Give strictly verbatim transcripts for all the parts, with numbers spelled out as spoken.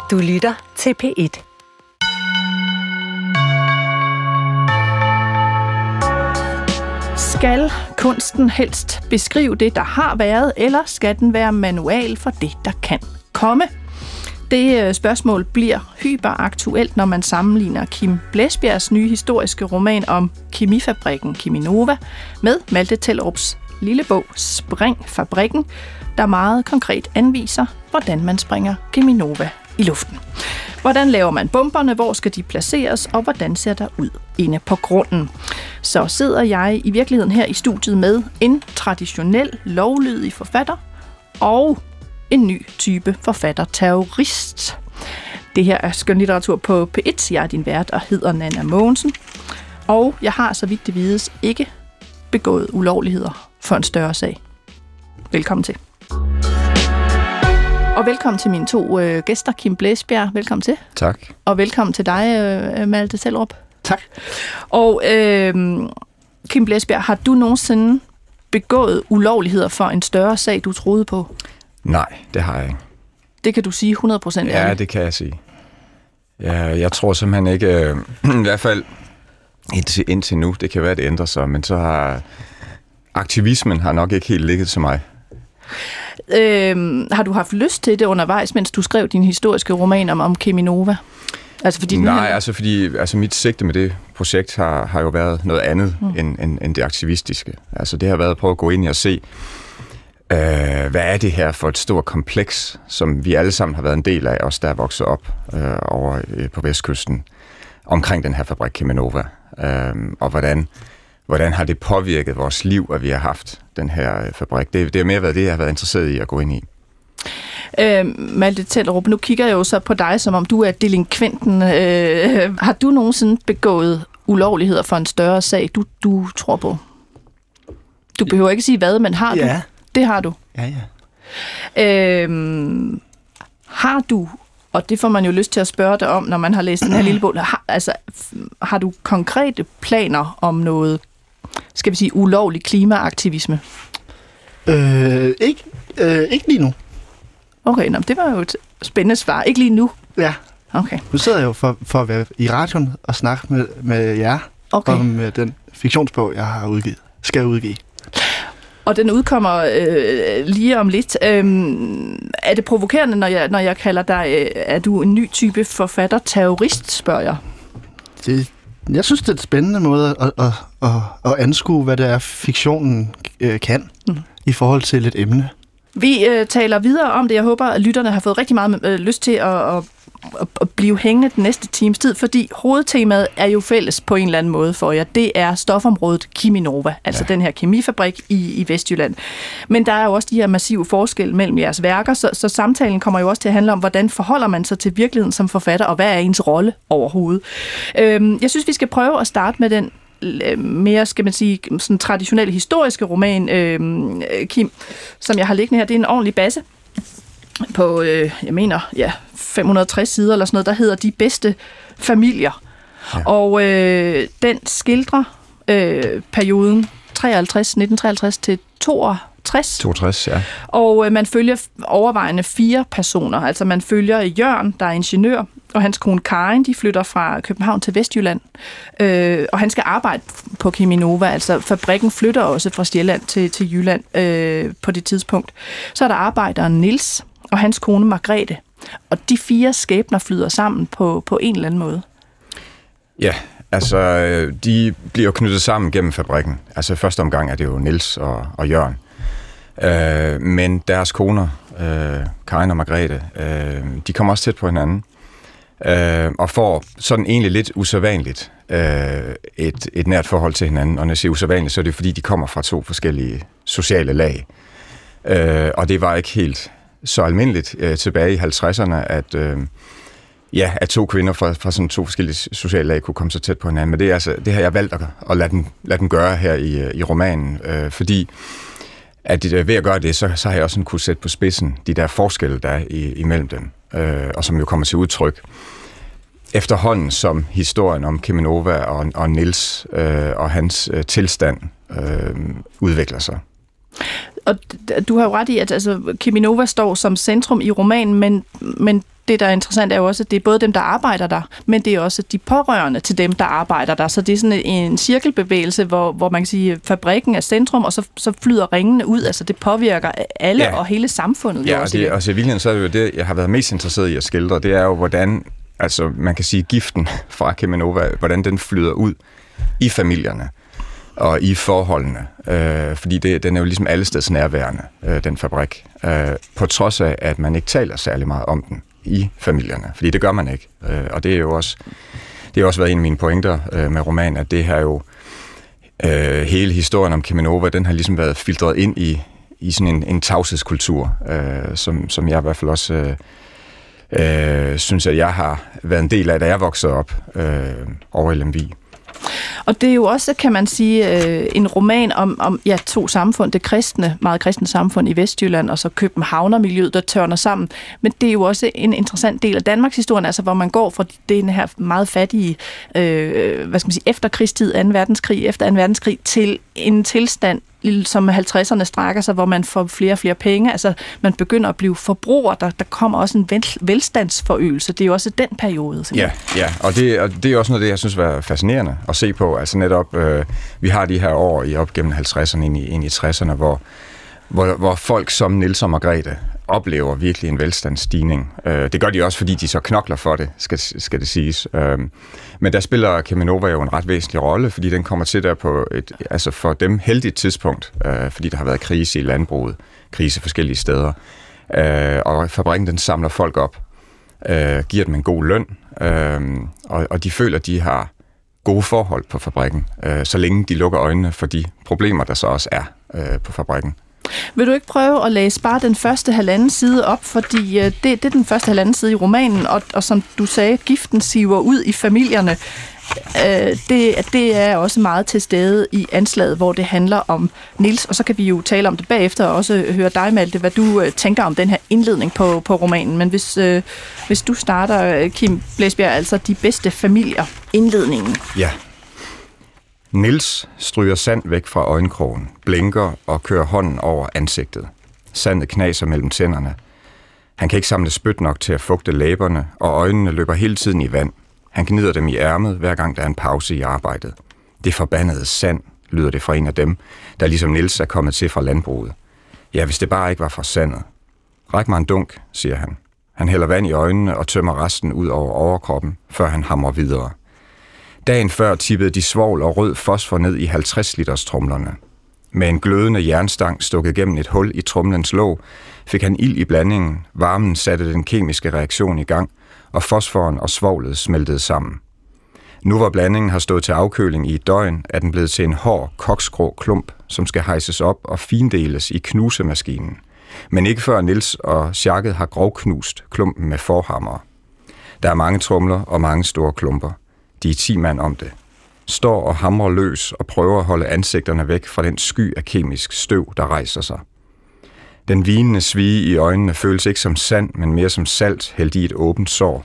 Du lytter til P et. Skal kunsten helst beskrive det, der har været, eller skal den være manual for det, der kan komme? Det spørgsmål bliver hyperaktuelt, når man sammenligner Kim Blæsbjergs nye historiske roman om kemifabrikken Cheminova med Malte Tellerups lille bog Sprængfabrikken, der meget konkret anviser, hvordan man springer Cheminova i luften. Hvordan laver man bomberne, hvor skal de placeres, og hvordan ser der ud inde på grunden? Så sidder jeg i virkeligheden her i studiet med en traditionel, lovlydig forfatter og en ny type forfatter-terrorist. Det her er skønlitteratur på P et. Jeg er din vært og hedder Nanna Mogensen. Og jeg har, så vidt det vides, ikke begået ulovligheder for en større sag. Velkommen til. Og velkommen til mine to øh, gæster, Kim Blæsbjerg. Velkommen til. Tak. Og velkommen til dig, øh, Malte Tellerup. Tak. Og øh, Kim Blæsbjerg, har du nogensinde begået ulovligheder for en større sag, du troede på? Nej, det har jeg ikke. Det kan du sige hundrede procent ærligt? Ja, det kan jeg sige. Jeg, jeg tror simpelthen ikke, øh, i hvert fald indtil, indtil nu, det kan være, det ændrer sig, men så har aktivismen har nok ikke helt ligget til mig. Øhm, har du haft lyst til det undervejs, mens du skrev din historiske roman om, om Cheminova? Altså fordi Nej, her... altså fordi altså mit sigte med det projekt har, har jo været noget andet mm. end, end, end det aktivistiske. Altså det har været at prøve at gå ind i og se, øh, hvad er det her for et stort kompleks, som vi alle sammen har været en del af, os der er vokset op øh, over øh, på Vestkysten, omkring den her fabrik Cheminova. Øh, og hvordan, hvordan har det påvirket vores liv, at vi har haft den her øh, fabrik. Det, det har mere været det, jeg har været interesseret i at gå ind i. Øh, Malte Tellerup, nu kigger jeg jo så på dig, som om du er delinkventen. Øh, har du nogensinde begået ulovligheder for en større sag, du, du tror på? Du behøver ikke sige hvad, men har ja. du? Det har du. Ja, ja. Øh, har du, og det får man jo lyst til at spørge dig om, når man har læst den her lille bog, har, altså, har du konkrete planer om noget, skal vi sige, ulovlig klimaaktivisme? Øh, ikke, øh, ikke lige nu. Okay, nå, det var jo et spændende svar. Ikke lige nu? Ja. Okay. Nu sidder jeg jo for, for at være i radioen og snakke med, med jer okay. om øh, den fiktionsbog, jeg har udgivet. Skal udgive. Og den udkommer øh, lige om lidt. Øhm, er det provokerende, når jeg, når jeg kalder dig, øh, er du en ny type forfatter-terrorist, spørger jeg? Det, jeg synes, det er et spændende måde at, at, at, at anskue, hvad det er, fiktionen øh, kan mm. i forhold til et emne. Vi øh, taler videre om det. Jeg håber, at lytterne har fået rigtig meget øh, lyst til at, at, at, at blive hængende den næste times tid, fordi hovedtemaet er jo fælles på en eller anden måde for jer. Det er stofområdet Cheminova, altså ja. Den her kemifabrik i, i Vestjylland. Men der er jo også de her massive forskelle mellem jeres værker, så, så samtalen kommer jo også til at handle om, hvordan forholder man sig til virkeligheden som forfatter, og hvad er ens rolle overhovedet. Øhm, jeg synes, vi skal prøve at starte med den mere, skal man sige, sådan traditionelle historiske roman, øh, Kim, som jeg har liggende her. Det er en ordentlig basse på, øh, jeg mener, ja, fem hundrede og tres sider eller sådan noget, der hedder De bedste familier. Ja. Og øh, den skildrer øh, perioden treoghalvtreds, nitten treoghalvtreds til toogtres. toogtres, ja. Og øh, man følger overvejende fire personer. Altså man følger Jørgen, der er ingeniør, og hans kone Karin, de flytter fra København til Vestjylland. Øh, og han skal arbejde på Cheminova, altså fabrikken flytter også fra Sjælland til, til Jylland øh, på det tidspunkt. Så er der arbejderen Niels og hans kone Margrethe. Og de fire skæbner flyder sammen på, på en eller anden måde. Ja, altså de bliver knyttet sammen gennem fabrikken. Altså i første omgang er det jo Niels og, og Jørgen. Øh, men deres koner, øh, Karin og Margrethe, øh, de kommer også tæt på hinanden. Øh, og får sådan egentlig lidt usædvanligt øh, et, et nært forhold til hinanden. Og når jeg siger usædvanligt, så er det fordi, de kommer fra to forskellige sociale lag. Øh, og det var ikke helt så almindeligt øh, tilbage i halvtredserne, at, øh, ja, at to kvinder fra, fra sådan to forskellige sociale lag kunne komme så tæt på hinanden. Men det, er altså, det har jeg valgt at, at lade, dem, lade dem gøre her i, i romanen, øh, fordi at de, ved at gøre det, så, så har jeg også kunne sætte på spidsen de der forskelle, der er i, imellem dem. Øh, og som jo kommer til udtryk efterhånden, som historien om Cheminova og, og Niels øh, og hans øh, tilstand øh, udvikler sig. Og du har jo ret i, at altså, Cheminova står som centrum i romanen, men, men det, der er interessant, er jo også, at det er både dem, der arbejder der, men det er også de pårørende til dem, der arbejder der. Så det er sådan en cirkelbevægelse, hvor, hvor man kan sige, at fabrikken er centrum, og så, så flyder ringene ud. Altså det påvirker alle ja. og hele samfundet. Ja, jo og, også det, og så i virkeligheden, så er det jo det, jeg har været mest interesseret i at skildre, det er jo, hvordan, altså man kan sige, giften fra Cheminova, hvordan den flyder ud i familierne og i forholdene, øh, fordi det, den er jo ligesom allesteds nærværende, øh, den fabrik, øh, på trods af, at man ikke taler særlig meget om den i familierne, fordi det gør man ikke, øh, og det er jo også, det har også været en af mine pointer øh, med romanen, at det her jo, øh, hele historien om Cheminova, den har ligesom været filtreret ind i, i sådan en, en tavshedskultur, øh, som, som jeg i hvert fald også øh, øh, synes, at jeg har været en del af, da jeg voksede op øh, over i Lemvig. Og det er jo også, kan man sige, en roman om, om ja, to samfund, det kristne, meget kristne samfund i Vestjylland, og så Københavnermiljøet, der tørner sammen. Men det er jo også en interessant del af Danmarks historie, altså hvor man går fra den her meget fattige, øh, hvad skal man sige, efterkrigstid, anden verdenskrig, efter anden verdenskrig, til en tilstand, som halvtredserne strækker sig, hvor man får flere og flere penge. Altså, man begynder at blive forbruger. Der, der kommer også en vel, velstandsforøgelse. Det er jo også den periode. Ja, ja, og det, og det er også noget af det, jeg synes var fascinerende at se på. Altså netop, øh, vi har de her år i op gennem halvtredserne ind i, ind i tresserne, hvor, hvor, hvor folk som Niels og Margrethe oplever virkelig en velstandsstigning. Øh, det gør de også, fordi de så knokler for det, skal, skal det siges. Øh, men der spiller Cheminova jo en ret væsentlig rolle, fordi den kommer til der på et, altså for dem heldigt tidspunkt, øh, fordi der har været krise i landbruget, krise forskellige steder, øh, og fabrikken den samler folk op, øh, giver dem en god løn, øh, og, og de føler, at de har gode forhold på fabrikken, øh, så længe de lukker øjnene for de problemer, der så også er øh, på fabrikken. Vil du ikke prøve at læse bare den første halvanden side op, fordi det, det er den første halvanden side i romanen, og, og som du sagde, giften siver ud i familierne. Det, det er også meget til stede i anslaget, hvor det handler om Niels, og så kan vi jo tale om det bagefter, og også høre dig, Malte, hvad du tænker om den her indledning på, på romanen. Men hvis, hvis du starter, Kim Blæsbjerg, altså de bedste familier, indledningen. Ja. Niels stryger sand væk fra øjenkrogen, blinker og kører hånden over ansigtet. Sandet knaser mellem tænderne. Han kan ikke samle spyt nok til at fugte læberne, og øjnene løber hele tiden i vand. Han gnider dem i ærmet, hver gang der er en pause i arbejdet. Det forbandede sand, lyder det fra en af dem, der ligesom Niels er kommet til fra landbruget. Ja, hvis det bare ikke var for sandet. Ræk mig en dunk, siger han. Han hælder vand i øjnene og tømmer resten ud over overkroppen, før han hamrer videre. Dagen før tippede de svovl og rød fosfor ned i halvtreds liters tromlerne. Med en glødende jernstang stukket gennem et hul i tromlens låg, fik han ild i blandingen, varmen satte den kemiske reaktion i gang, og fosforen og svovlet smeltede sammen. Nu hvor blandingen har stået til afkøling i et døgn, er den blevet til en hård, koksgrå klump, som skal hejses op og findeles i knusemaskinen. Men ikke før Niels og Sjakket har grovknust klumpen med forhammer. Der er mange tromler og mange store klumper. De er ti mand om det. Står og hamrer løs og prøver at holde ansigterne væk fra den sky af kemisk støv, der rejser sig. Den vinende svie i øjnene føles ikke som sand, men mere som salt hældt i et åbent sår.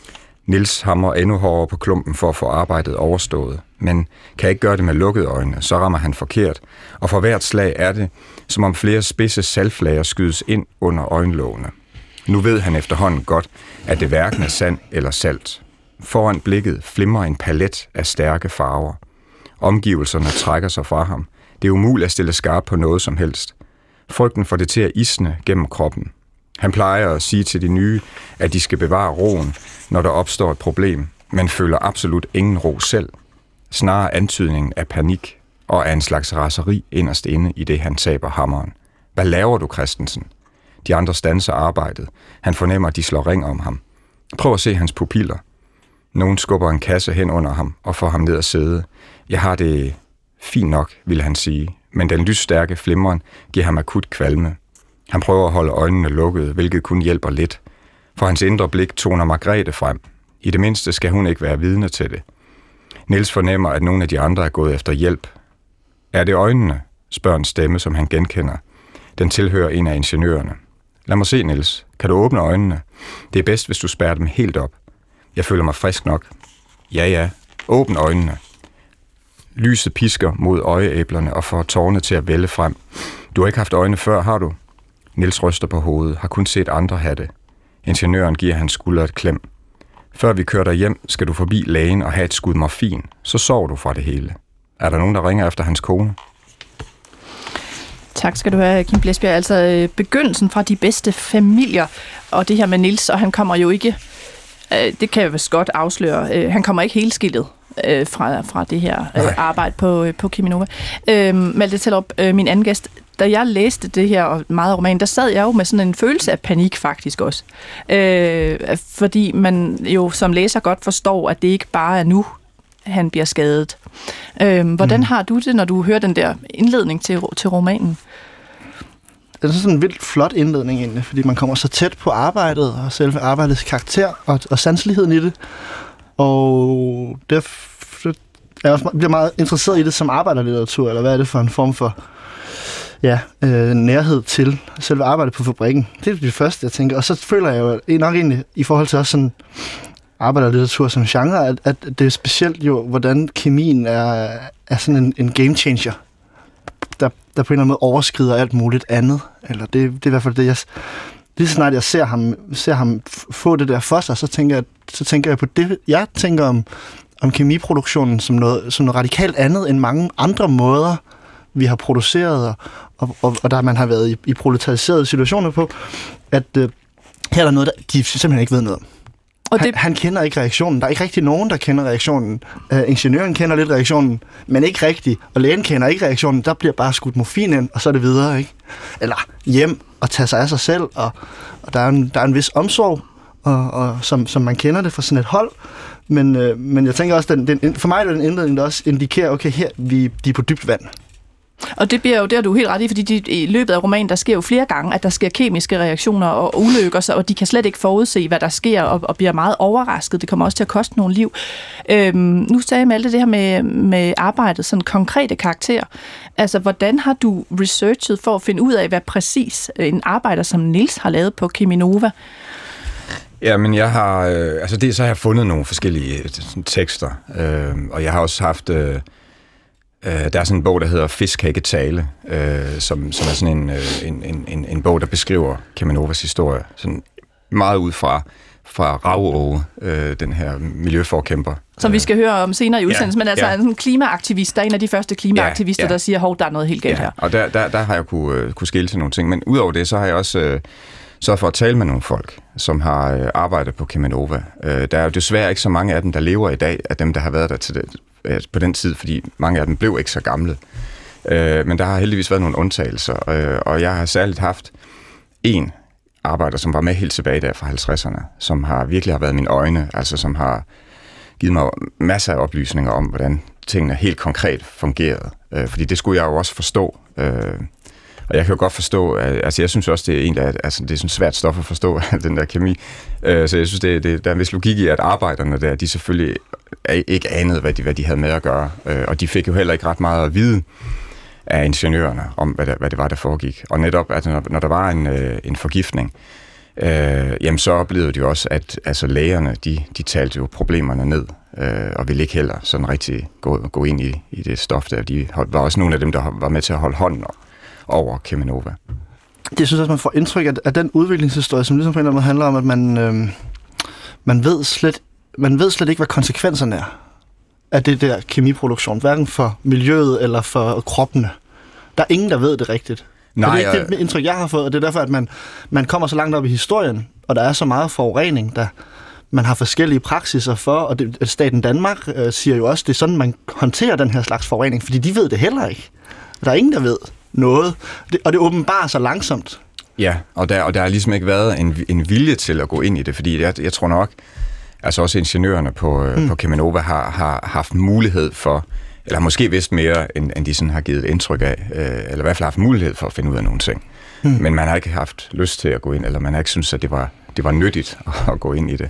Niels hamrer endnu hårdere på klumpen for at få arbejdet overstået, men kan ikke gøre det med lukkede øjne, så rammer han forkert, og for hvert slag er det, som om flere spidse saltflager skydes ind under øjenlågene. Nu ved han efterhånden godt, at det hverken er sand eller salt. Foran blikket flimrer en palet af stærke farver. Omgivelserne trækker sig fra ham. Det er umuligt at stille skarpt på noget som helst. Frygten får det til at isne gennem kroppen. Han plejer at sige til de nye, at de skal bevare roen, når der opstår et problem, men føler absolut ingen ro selv. Snarere antydningen af panik og af en slags raseri inderst inde i det, han taber hammeren. Hvad laver du, Christensen? De andre standser arbejdet. Han fornemmer, at de slår ring om ham. Prøv at se hans pupiller. Nogen skubber en kasse hen under ham og får ham ned at sidde. Jeg har det fint nok, vil han sige, men den lysstærke flimren giver ham akut kvalme. Han prøver at holde øjnene lukkede, hvilket kun hjælper lidt. For hans indre blik toner Margrethe frem. I det mindste skal hun ikke være vidne til det. Niels fornemmer, at nogle af de andre er gået efter hjælp. Er det øjnene? Spørger en stemme, som han genkender. Den tilhører en af ingeniørerne. Lad mig se, Niels. Kan du åbne øjnene? Det er bedst, hvis du spærrer dem helt op. Jeg føler mig frisk nok. Ja, ja. Åbn øjnene. Lyset pisker mod øjeæblerne og får tårerne til at vælde frem. Du har ikke haft øjne før, har du? Niels ryster på hovedet, har kun set andre have det. Ingeniøren giver hans skulder et klem. Før vi kører dig hjem, skal du forbi lægen og have et skud morfin. Så sover du fra det hele. Er der nogen, der ringer efter hans kone? Tak skal du have, Kim Blæsbjerg. Altså begyndelsen fra De bedste familier, og det her med Niels, og han kommer jo ikke, det kan jeg vist godt afsløre, han kommer ikke helskillet fra, fra det her Nej. arbejde på, på Cheminova. Malte Tellerup, min anden gæst, da jeg læste det her og meget roman, der sad jeg jo med sådan en følelse af panik faktisk også. Øh, fordi man jo som læser godt forstår, at det ikke bare er nu, han bliver skadet. Øh, hvordan mm. har du det, når du hører den der indledning til, til romanen? Det er sådan en vildt flot indledning egentlig, fordi man kommer så tæt på arbejdet og selve arbejdets karakter og, og sanseligheden i det. Og det jeg også bliver meget interesseret i det som arbejderlitteratur, eller hvad er det for en form for ja, øh, nærhed til selve arbejdet på fabrikken. Det er det første, jeg tænker. Og så føler jeg jo nok egentlig, i forhold til også sådan arbejderlitteratur som genre, at, at det er specielt jo, hvordan kemien er, er sådan en, en game changer, der, der på en eller anden måde overskrider alt muligt andet. Eller det, det er i hvert fald det, jeg... Lige så snart jeg ser ham, ser ham få det der for sig, så tænker jeg, så tænker jeg på det, jeg tænker om, om kemiproduktionen som noget, som noget radikalt andet end mange andre måder, vi har produceret, og, og, og der man har været i, i proletariserede situationer på, at øh, her er der noget, der, de simpelthen ikke ved noget om. Og det... han, han kender ikke reaktionen. Der er ikke rigtig nogen, der kender reaktionen. Uh, ingeniøren kender lidt reaktionen, men ikke rigtigt. Og lægen kender ikke reaktionen. Der bliver bare skudt morfin ind, og så er det videre, ikke? Eller hjem og tage sig af sig selv, og, og der, er en, der er en vis omsorg, og, og, som, som man kender det fra sådan et hold. Men, øh, men jeg tænker også, den, den, for mig er den indledning, der også indikerer, okay, her vi, de er på dybt vand. Og det bliver jo, det er du helt ret i, fordi de, i løbet af romanen, der sker jo flere gange, at der sker kemiske reaktioner og ulykker, og de kan slet ikke forudse, hvad der sker, og, og bliver meget overrasket. Det kommer også til at koste nogle liv. Øhm, nu sagde Malte det her med, med arbejdet, sådan konkrete karakterer. Altså, hvordan har du researchet for at finde ud af, hvad præcis en arbejder som Niels har lavet på Cheminova? Ja, men jeg har, øh, altså det, så har jeg fundet nogle forskellige sådan, tekster, øh, og jeg har også haft... Øh, Der er sådan en bog, der hedder Fisk kan ikke tale, øh, som, som er sådan en, en, en, en bog, der beskriver Cheminovas historie. Sådan meget ud fra, fra Ravåge, øh, den her miljøforkæmper. Som vi skal høre om senere i udsendelsen, ja, men altså ja. En klimaaktivist, der er en af de første klimaaktivister, ja, ja. der siger, hov, der er noget helt galt ja, her. Og der, der, der har jeg kunne, kunne skille til nogle ting, men udover det, så har jeg også øh, sørget for at tale med nogle folk, som har øh, arbejdet på Cheminova. Øh, der er jo desværre ikke så mange af dem, der lever i dag, af dem, der har været der til det, på den tid, fordi mange af dem blev ikke så gamle. Øh, men der har heldigvis været nogle undtagelser, øh, og jeg har særligt haft en arbejder, som var med helt tilbage der fra halvtredserne, som har virkelig har været mine øjne, altså som har givet mig masser af oplysninger om, hvordan tingene helt konkret fungerede. Øh, fordi det skulle jeg jo også forstå. Øh, og jeg kan jo godt forstå, at, altså jeg synes også, det er egentlig, altså det er sådan svært stof at forstå, den der kemi. Øh, så jeg synes, det, det, der er en vis logik i, at arbejderne der, de selvfølgelig ikke anede, hvad de, hvad de havde med at gøre. Øh, og de fik jo heller ikke ret meget at vide af ingeniørerne om, hvad, der, hvad det var, der foregik. Og netop, at når, når der var en, øh, en forgiftning, øh, jamen så oplevede de jo også, at altså, lægerne, de, de talte jo problemerne ned, øh, og ville ikke heller sådan rigtig gå, gå ind i, i det stof der. De var også nogle af dem, der var med til at holde hånden over Cheminova. Det synes jeg også, man får indtryk af, af den udviklingshistorie, som ligesom på en eller anden måde handler om, at man, øh, man, ved slet, man ved slet ikke, hvad konsekvenserne er af det der kemiproduktion, hverken for miljøet eller for kroppene. Der er ingen, der ved det rigtigt. Nej, og det er ikke det indtryk, jeg har fået, og det er derfor, at man, man kommer så langt op i historien, og der er så meget forurening, der man har forskellige praksiser for, og det, staten Danmark øh, siger jo også, det er sådan, man håndterer den her slags forurening, fordi de ved det heller ikke. Der er ingen, der ved noget, det, og det åbenbarer sig langsomt. Ja, og der, og der har ligesom ikke været en, en vilje til at gå ind i det, fordi jeg, jeg tror nok, altså også ingeniørerne på, mm. på Cheminova har, har haft mulighed for, eller måske vidst mere, end, end de sådan har givet indtryk af, øh, eller i hvert fald haft mulighed for at finde ud af nogle ting. Mm. Men man har ikke haft lyst til at gå ind, eller man har ikke syntes, at det var, det var nyttigt at gå ind i det.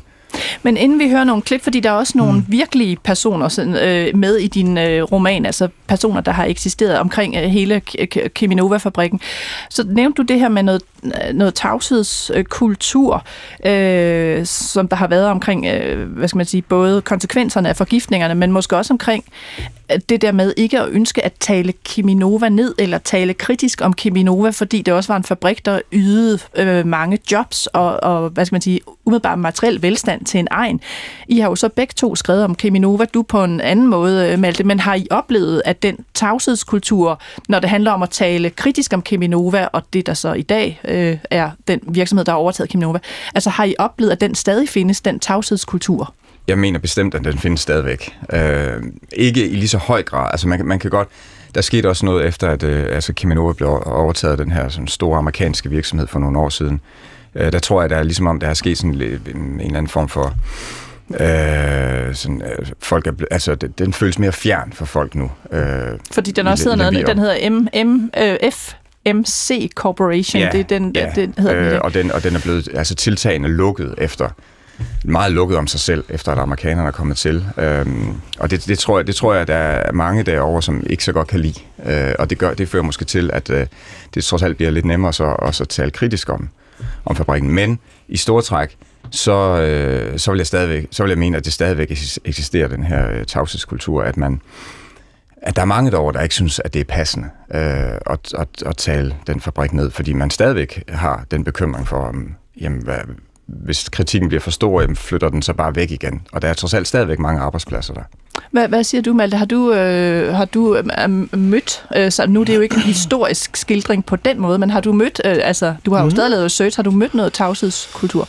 Men inden vi hører nogle klip, fordi der er også nogle mm. virkelige personer sådan, øh, med i din øh, roman, altså personer, der har eksisteret omkring øh, hele Cheminova-fabrikken, så nævnte du det her med noget, noget tavshedskultur, øh, som der har været omkring, øh, hvad skal man sige, både konsekvenserne af forgiftningerne, men måske også omkring det der med ikke at ønske at tale Cheminova ned, eller tale kritisk om Cheminova, fordi det også var en fabrik, der ydede øh, mange jobs og, og, hvad skal man sige, umiddelbart materiel velstand til en egen. I har jo så begge to skrevet om Cheminova, du på en anden måde, Malte, men har I oplevet, at den tavshedskultur, når det handler om at tale kritisk om Cheminova, og det der så i dag øh, er den virksomhed, der har overtaget Cheminova, altså har I oplevet, at den stadig findes, den tavshedskultur? Jeg mener bestemt, at den findes stadigvæk. Øh, ikke i lige så høj grad. Altså man, man kan godt... Der skete også noget efter, at øh, altså Cheminova blev overtaget af den her sådan store amerikanske virksomhed for nogle år siden. Øh, der tror jeg, der er ligesom om, der er sket sådan en, en eller anden form for... Øh, sådan, øh, folk er, altså den, den føles mere fjern for folk nu. Øh, Fordi den også hedder noget, den hedder M M F M C Corporation, ja, det er den, ja. den hedder øh, den. Og den og den er blevet altså tiltagende lukket efter meget lukket om sig selv, efter at amerikanerne er kommet til. Øhm, og det, det, tror jeg, det tror jeg, der er mange derovre, som ikke så godt kan lide. Øh, og det, gør, det fører måske til, at øh, det trods alt bliver lidt nemmere så, også at tale kritisk om, om fabrikken. Men i store træk, så, øh, så, vil jeg stadigvæk, så vil jeg mene, at det stadigvæk eksisterer, den her øh, tavshedskultur, at man at der er mange derovre, der ikke synes, at det er passende øh, at, at, at tale den fabrik ned, fordi man stadigvæk har den bekymring for, om, jamen, hvad, hvis kritikken bliver for stor, jamen, flytter den så bare væk igen. Og der er trods alt stadigvæk mange arbejdspladser der. Hvad, hvad siger du, Malte? Har du, øh, har du øh, mødt, øh, så nu er det jo ikke en historisk skildring på den måde, men har du mødt, øh, altså du har jo mm. stadig lavet research, har du mødt noget tavshedskultur?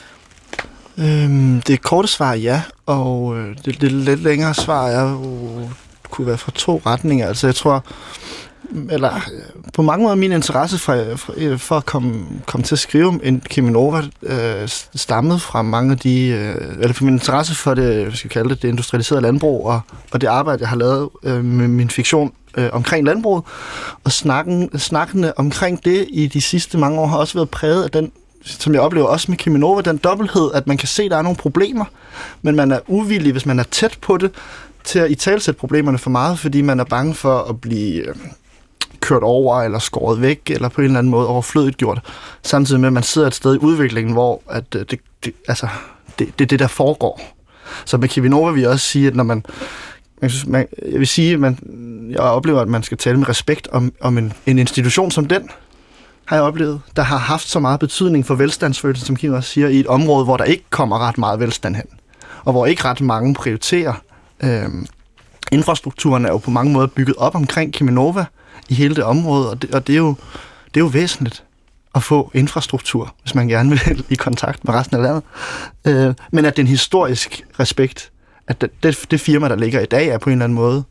Øhm, det korte svar ja, og øh, det, det lidt længere svar er jo, kunne være fra to retninger. Altså jeg tror, eller på mange måder min interesse for, for, for at komme, komme til at skrive en Cheminova øh, stammede fra mange af de, øh, eller for min interesse for det, hvad skal vi kalde det, det industrialiserede landbrug, og, og det arbejde, jeg har lavet øh, med min fiktion øh, omkring landbruget, og snakken, snakkene omkring det i de sidste mange år har også været præget af den, som jeg oplever også med Cheminova, den dobbelthed, at man kan se, at der er nogle problemer, men man er uvillig, hvis man er tæt på det, til at italesætte problemerne for meget, fordi man er bange for at blive øh, kørt over, eller skåret væk, eller på en eller anden måde overflødigt gjort. Samtidig med, at man sidder et sted i udviklingen, hvor at, øh, det, det, altså, det, det er det, der foregår. Så med Cheminova vil jeg også sige, at når man, man, man jeg vil sige, at man, jeg oplever, at man skal tale med respekt om, om en, en institution som den, har jeg oplevet, der har haft så meget betydning for velstandsfølelsen, som Kim også siger, i et område, hvor der ikke kommer ret meget velstand hen, og hvor ikke ret mange prioriterer. Øhm, infrastrukturen er jo på mange måder bygget op omkring Cheminova i hele det område, og det, og det, er, jo, det er jo væsentligt at få infrastruktur, hvis man gerne vil i kontakt med resten af landet. Øh, men at det er en historisk respekt, at det, det, det firma, der ligger i dag, er på en eller anden måde,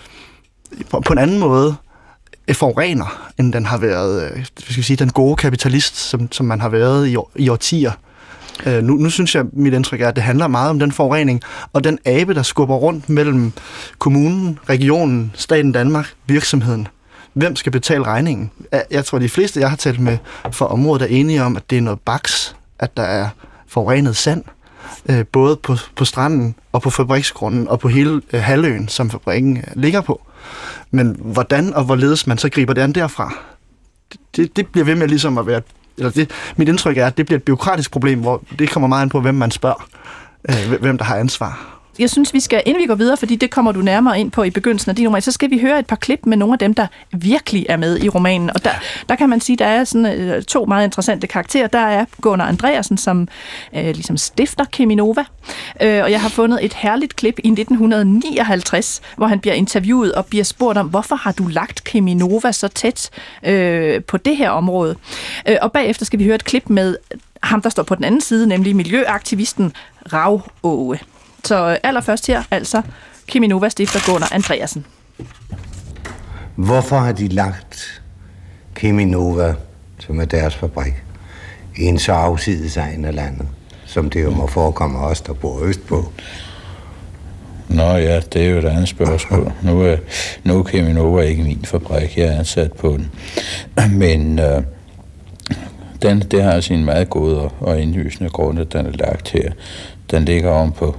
på, på en anden måde, forurener, end den har været, øh, skal vi sige, den gode kapitalist, som, som man har været i, i årtier. Øh, nu, nu synes jeg, mit indtryk er, at det handler meget om den forurening, og den abe, der skubber rundt mellem kommunen, regionen, staten Danmark, virksomheden. Hvem skal betale regningen? Jeg, jeg tror, de fleste, jeg har talt med for området, er enige om, at det er noget baks, at der er forurenet sand, øh, både på, på stranden og på fabriksgrunden og på hele øh, halvøen, som fabrikken øh, ligger på. Men hvordan og hvorledes man så griber det an derfra, det, det bliver ved med ligesom at være, eller det, mit indtryk er, at det bliver et bureaukratisk problem, hvor det kommer meget an på, hvem man spørger, øh, hvem der har ansvar. Jeg synes, vi skal, inden vi går videre, fordi det kommer du nærmere ind på i begyndelsen af din roman, så skal vi høre et par klip med nogle af dem, der virkelig er med i romanen. Og der, der kan man sige, der er sådan to meget interessante karakterer. Der er Gunnar Andreasen, som øh, ligesom stifter Cheminova. Øh, og jeg har fundet et herligt klip i nitten nioghalvtreds, hvor han bliver interviewet og bliver spurgt om, hvorfor har du lagt Cheminova så tæt øh, på det her område? Øh, og bagefter skal vi høre et klip med ham, der står på den anden side, nemlig miljøaktivisten Rav Aage. Så allerførst her, altså Cheminova stifter Gunnar Andreasen. Hvorfor har de lagt Cheminova, som er deres fabrik, i en så afsides egen af landet, som det jo må forekomme os, der bor østpå? Nå ja, det er jo et andet spørgsmål. Nu er, nu er Cheminova ikke min fabrik, jeg er ansat på den. Men øh, den, det har sin meget gode og, og indlysende grund, at den er lagt her. Den ligger om på,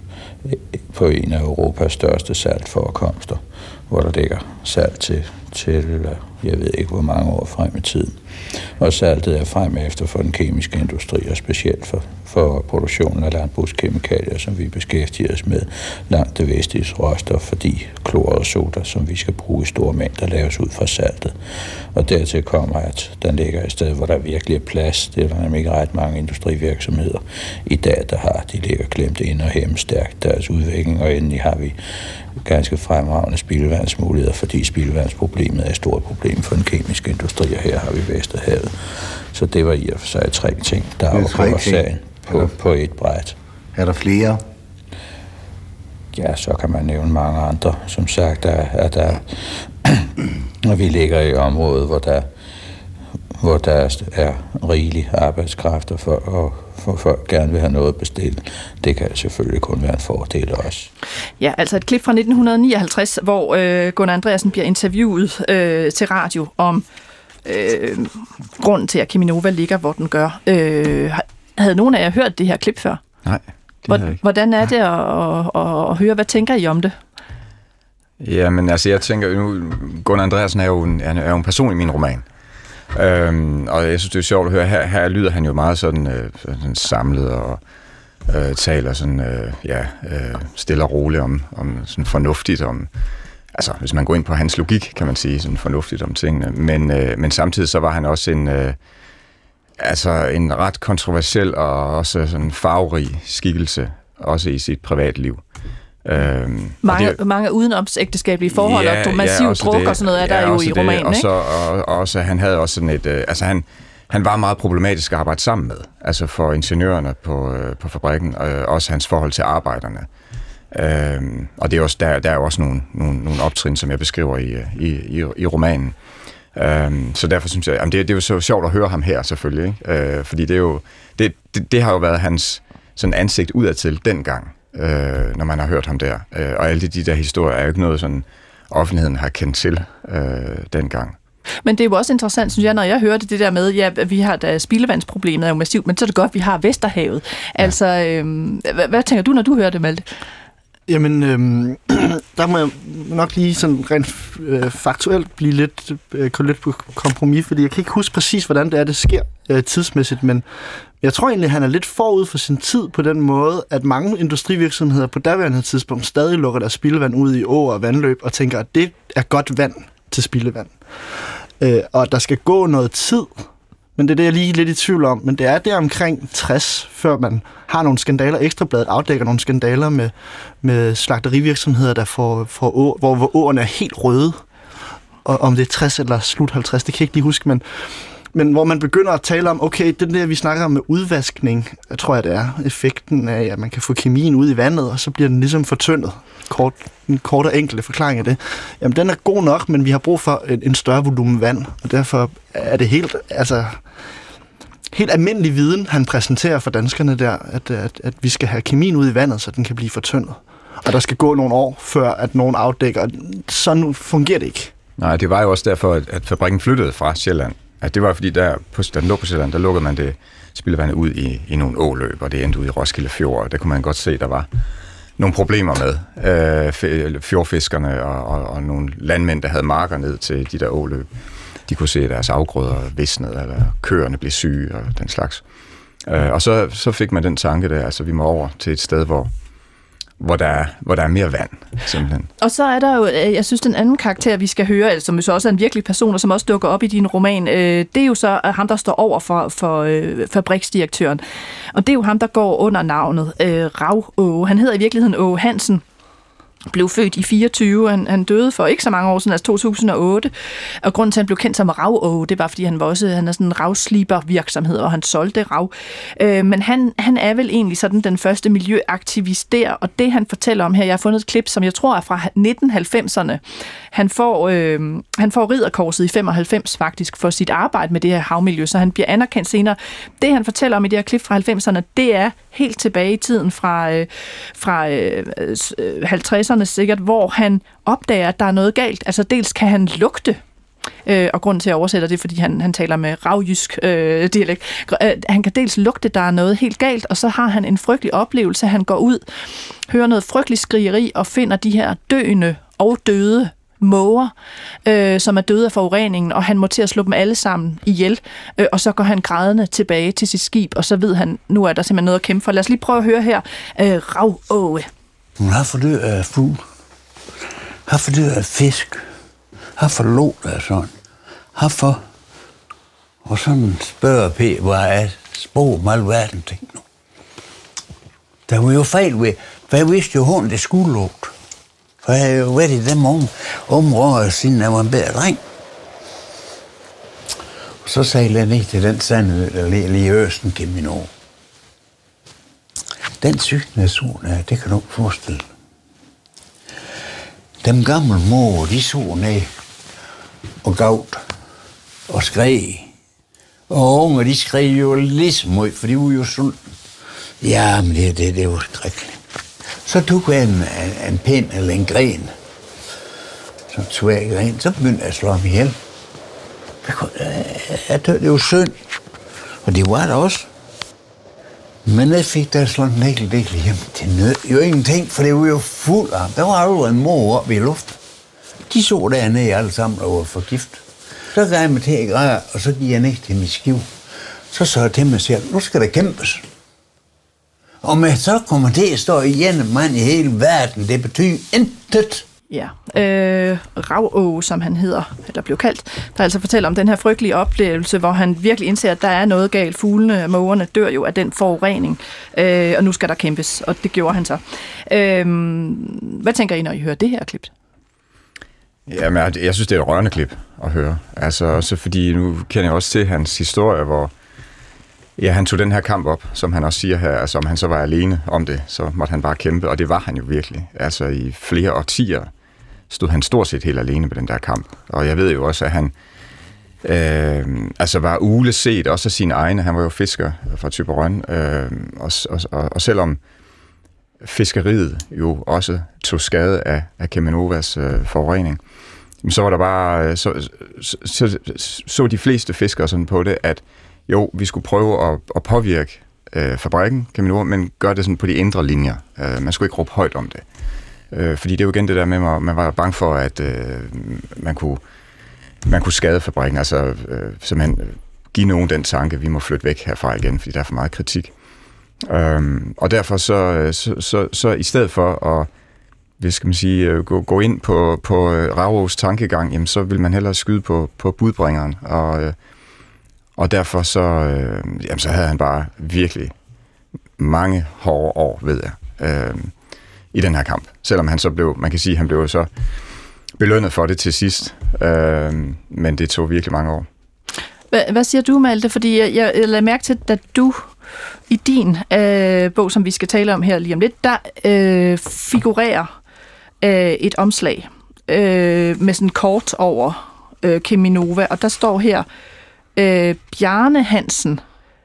på en af Europas største saltforekomster, hvor der ligger salt til, til, jeg ved ikke hvor mange år frem i tiden. Og saltet er frem efter for den kemiske industri, og specielt for, for produktionen af landbrugskemikalier, som vi beskæftiger os med langt det vestlige råstof, fordi klor og soda, som vi skal bruge i store mængder, laves ud fra saltet. Og dertil kommer, at den ligger et sted, hvor der virkelig er plads. Det er der nemlig ikke ret mange industrivirksomheder i dag, der har. De ligger klemt ind og hæmme stærkt deres udvikling, og endelig har vi ganske fremragende spildevandsmuligheder, fordi spildevandsproblemet er et stort problem for den kemiske industri, og her har vi Vesterhavet. Så det var i og for sig tre ting, der afgjorde sagen på, på et bræt. Er der flere? Ja, så kan man nævne mange andre. Som sagt, der, at der, når vi ligger i området, hvor der, hvor der er rigelig arbejdskraft, for, og for folk gerne vil have noget bestilt, det kan selvfølgelig kun være en fordel også. Ja, altså et klip fra nitten nioghalvtreds, hvor øh, Gunnar Andreasen bliver interviewet øh, til radio om øh, grunden til, at Cheminova ligger, hvor den gør. Øh, havde nogen af jer hørt det her klip før? Nej, det havde jeg ikke. Hvordan er det at, at, at, at høre? Hvad tænker I om det? Jamen, altså jeg tænker, nu Gunnar Andreasen er jo en, er jo en person i min roman. Øhm, og jeg synes, det er sjovt at høre. Her, her lyder han jo meget sådan, øh, sådan samlet og øh, taler sådan, øh, ja, øh, stille og roligt om, om sådan fornuftigt om, altså hvis man går ind på hans logik, kan man sige, sådan fornuftigt om tingene. Men, øh, men samtidig så var han også en, øh, altså en ret kontroversiel og også sådan farverig skikkelse, også i sit privatliv. Øhm, mange, det, mange udenomsægteskabelige forhold, ja, og massiv ja, druk det, og sådan noget er ja, der jo i det, romanen, og ikke? så, og, og også, han havde også sådan et, øh, altså han, han var meget problematisk at arbejde sammen med, altså for ingeniørerne på, øh, på fabrikken, og øh, også hans forhold til arbejderne. Øhm, og det er også, der, der er jo også nogle, nogle, nogle optrin, som jeg beskriver i, i, i, i romanen. Øhm, så derfor synes jeg, jamen det, det er jo så sjovt at høre ham her selvfølgelig, ikke? Øh, fordi det er jo, det, det, det har jo været hans sådan ansigt udadtil dengang. Øh, når man har hørt ham der. Øh, og alle de der historier er jo ikke noget, sådan offentligheden har kendt til øh, dengang. Men det er jo også interessant, synes jeg, når jeg hørte det der med, ja, vi har da spildevandsproblemet er jo massivt, men så er det godt, vi har Vesterhavet. Ja. Altså, øh, hvad, hvad tænker du, når du hører det, Malte? Jamen, øhm, der må jeg nok lige sådan rent øh, faktuelt blive lidt, øh, lidt på kompromis, fordi jeg kan ikke huske præcis, hvordan det er, det sker øh, tidsmæssigt, men jeg tror egentlig, han er lidt forud for sin tid på den måde, at mange industrivirksomheder på daværende tidspunkt stadig lukker deres spildevand ud i åer og vandløb og tænker, at det er godt vand til spildevand. Øh, og der skal gå noget tid, men det er det, jeg er lige lidt i tvivl om. Men det er der omkring tres, før man har nogle skandaler. Ekstrabladet afdækker nogle skandaler med, med slagterivirksomheder, der får, får å, hvor, hvor åerne er helt røde. Og om det er tres eller slut halvtreds, det kan jeg ikke lige huske, men Men hvor man begynder at tale om, okay, den der, vi snakker om med udvaskning, jeg tror jeg, det er effekten af, at man kan få kemien ud i vandet, og så bliver den ligesom fortyndet. Kort, en kort og enkel forklaring af det. Jamen, den er god nok, men vi har brug for en, en større volumen vand, og derfor er det helt, altså, helt almindelig viden, han præsenterer for danskerne der, at, at, at vi skal have kemien ud i vandet, så den kan blive fortyndet. Og der skal gå nogle år, før at nogen afdækker, sådan fungerer det ikke. Nej, det var jo også derfor, at, at fabrikken flyttede fra Sjælland. At det var fordi, der, på, da den lå på Sjælland, der lukkede man det spildevandet ud i, i nogle åløb, og det endte ud i Roskilde Fjord, og der kunne man godt se, der var nogle problemer med øh, fjordfiskerne og, og, og nogle landmænd, der havde marker ned til de der åløb. De kunne se, at deres afgrøder visnede, eller køerne blev syge og den slags. Øh, og så, så fik man den tanke der, altså vi må over til et sted, hvor Hvor der, er, hvor der er mere vand, simpelthen. Og så er der jo, jeg synes, den anden karakter, vi skal høre, som jo så også er en virkelig person, og som også dukker op i din roman, øh, det er jo så ham, der står over for, for øh, fabriksdirektøren. Og det er jo ham, der går under navnet øh, Rav Åge. Han hedder i virkeligheden Åge Hansen. Blev født i fireogtyve. Han, han døde for ikke så mange år siden, altså to tusind og otte. Og grunden til, at han blev kendt som Rav-Åge, det var, fordi han var også han er sådan en ravsliber-virksomhed, og han solgte rav. Øh, men han, han er vel egentlig sådan den første miljøaktivist der, og det han fortæller om her, jeg har fundet et klip, som jeg tror er fra nitten halvfemserne. Han får, øh, han får ridderkorset i femoghalvfems faktisk for sit arbejde med det her havmiljø, så han bliver anerkendt senere. Det han fortæller om i det her klip fra halvfemserne, det er helt tilbage i tiden fra, øh, fra øh, halvtredserne sikkert, hvor han opdager, at der er noget galt. Altså dels kan han lugte Øh, og grunden til, at jeg oversætter det, fordi han, han taler med ravjysk øh, dialekt. Øh, han kan dels lugte, der er noget helt galt, og så har han en frygtelig oplevelse. Han går ud, hører noget frygtelig skrigeri og finder de her døende og døde måger, øh, som er døde af forureningen, og han må til at slå dem alle sammen ihjel, øh, og så går han grædende tilbage til sit skib, og så ved han, nu er der simpelthen noget at kæmpe for. Lad os lige prøve at høre her. Øh, Ravåge. Hun har for død af fugl, har for død af fisk, har for lort af sådan, har for, og sådan spørger P, hvor er sprog om alverden, tænkte nu. Der var jo fejl ved, for jeg vidste jo, hun det skulle lugt. For jeg har jo været i dem om, områder, siden jeg var en bedre dreng. Og så sagde jeg ned til den sandhed, der ligger lige i Østen, Camino. Den sygende zone, det kan du ikke forestille. Dem gamle mor, de så ned og gavt og skreg. Og unge, de skreg jo ligesom ud, for de var jo sådan. Ja, men det, det, det var skrækkeligt. Så tog jeg en, en pind eller en gren, sådan en svær gren, så begyndte jeg at slå ham ihjel. Jeg tød, det var synd, og det var der også. Men jeg fik der slået en enkelt del hjem til nød. Jo ingenting, for det var jo fuld af. Der var jo en mor oppe i luft. De så dernede alle sammen og var for gift. Så gav jeg mig til at græde, og så gik jeg ned til mit skiv. Så sagde jeg til mig selv, nu skal der kæmpes. Og med så kommer det at stå igen mand i hele verden, det betyder intet. Ja, øh, Ravåge, som han hedder, eller blev kaldt, der altså fortæller om den her frygtelige oplevelse, hvor han virkelig indser, at der er noget galt. Fuglene, mågerne dør jo af den forurening, øh, og nu skal der kæmpes, og det gjorde han så. Øh, hvad tænker I, når I hører det her klip? Jamen, jeg, jeg synes, det er et rørende klip at høre. Altså, også fordi nu kender jeg også til hans historie, hvor ja, han tog den her kamp op, som han også siger her, altså om han så var alene om det, så måtte han bare kæmpe, og det var han jo virkelig. Altså i flere årtier stod han stort set helt alene på den der kamp. Og jeg ved jo også, at han øh, altså var ugleset også af sine egne. Han var jo fisker fra Thyborøn, øh, og, og, og, og selvom fiskeriet jo også tog skade af, af Cheminovas øh, forurening, så var der bare, så, så, så, så de fleste fiskere sådan på det, at jo, vi skulle prøve at, at påvirke øh, fabrikken, Cheminova, men gøre det sådan på de indre linjer. Øh, man skulle ikke råbe højt om det. Øh, fordi det er jo igen det der med, at man var bange for, at øh, man, kunne, man kunne skade fabrikken, altså øh, simpelthen give nogen den tanke, vi må flytte væk herfra igen, fordi der er for meget kritik. Øh, og derfor så, så, så, så i stedet for at hvad skal man sige, gå, gå ind på, på Ravåges tankegang, jamen, så vil man hellere skyde på, på budbringeren, og øh, Og derfor så, øh, jamen, så havde han bare virkelig mange hårde år, ved jeg, øh, i den her kamp. Selvom han så blev, man kan sige, han blev så belønnet for det til sidst, øh, men det tog virkelig mange år. Hvad, hvad siger du, Malte? Fordi jeg, jeg lagde mærke til, at du i din øh, bog, som vi skal tale om her lige om lidt, der øh, figurerer øh, et omslag øh, med sådan kort over øh, Cheminova, og der står her, Øh, Bjarne Hansen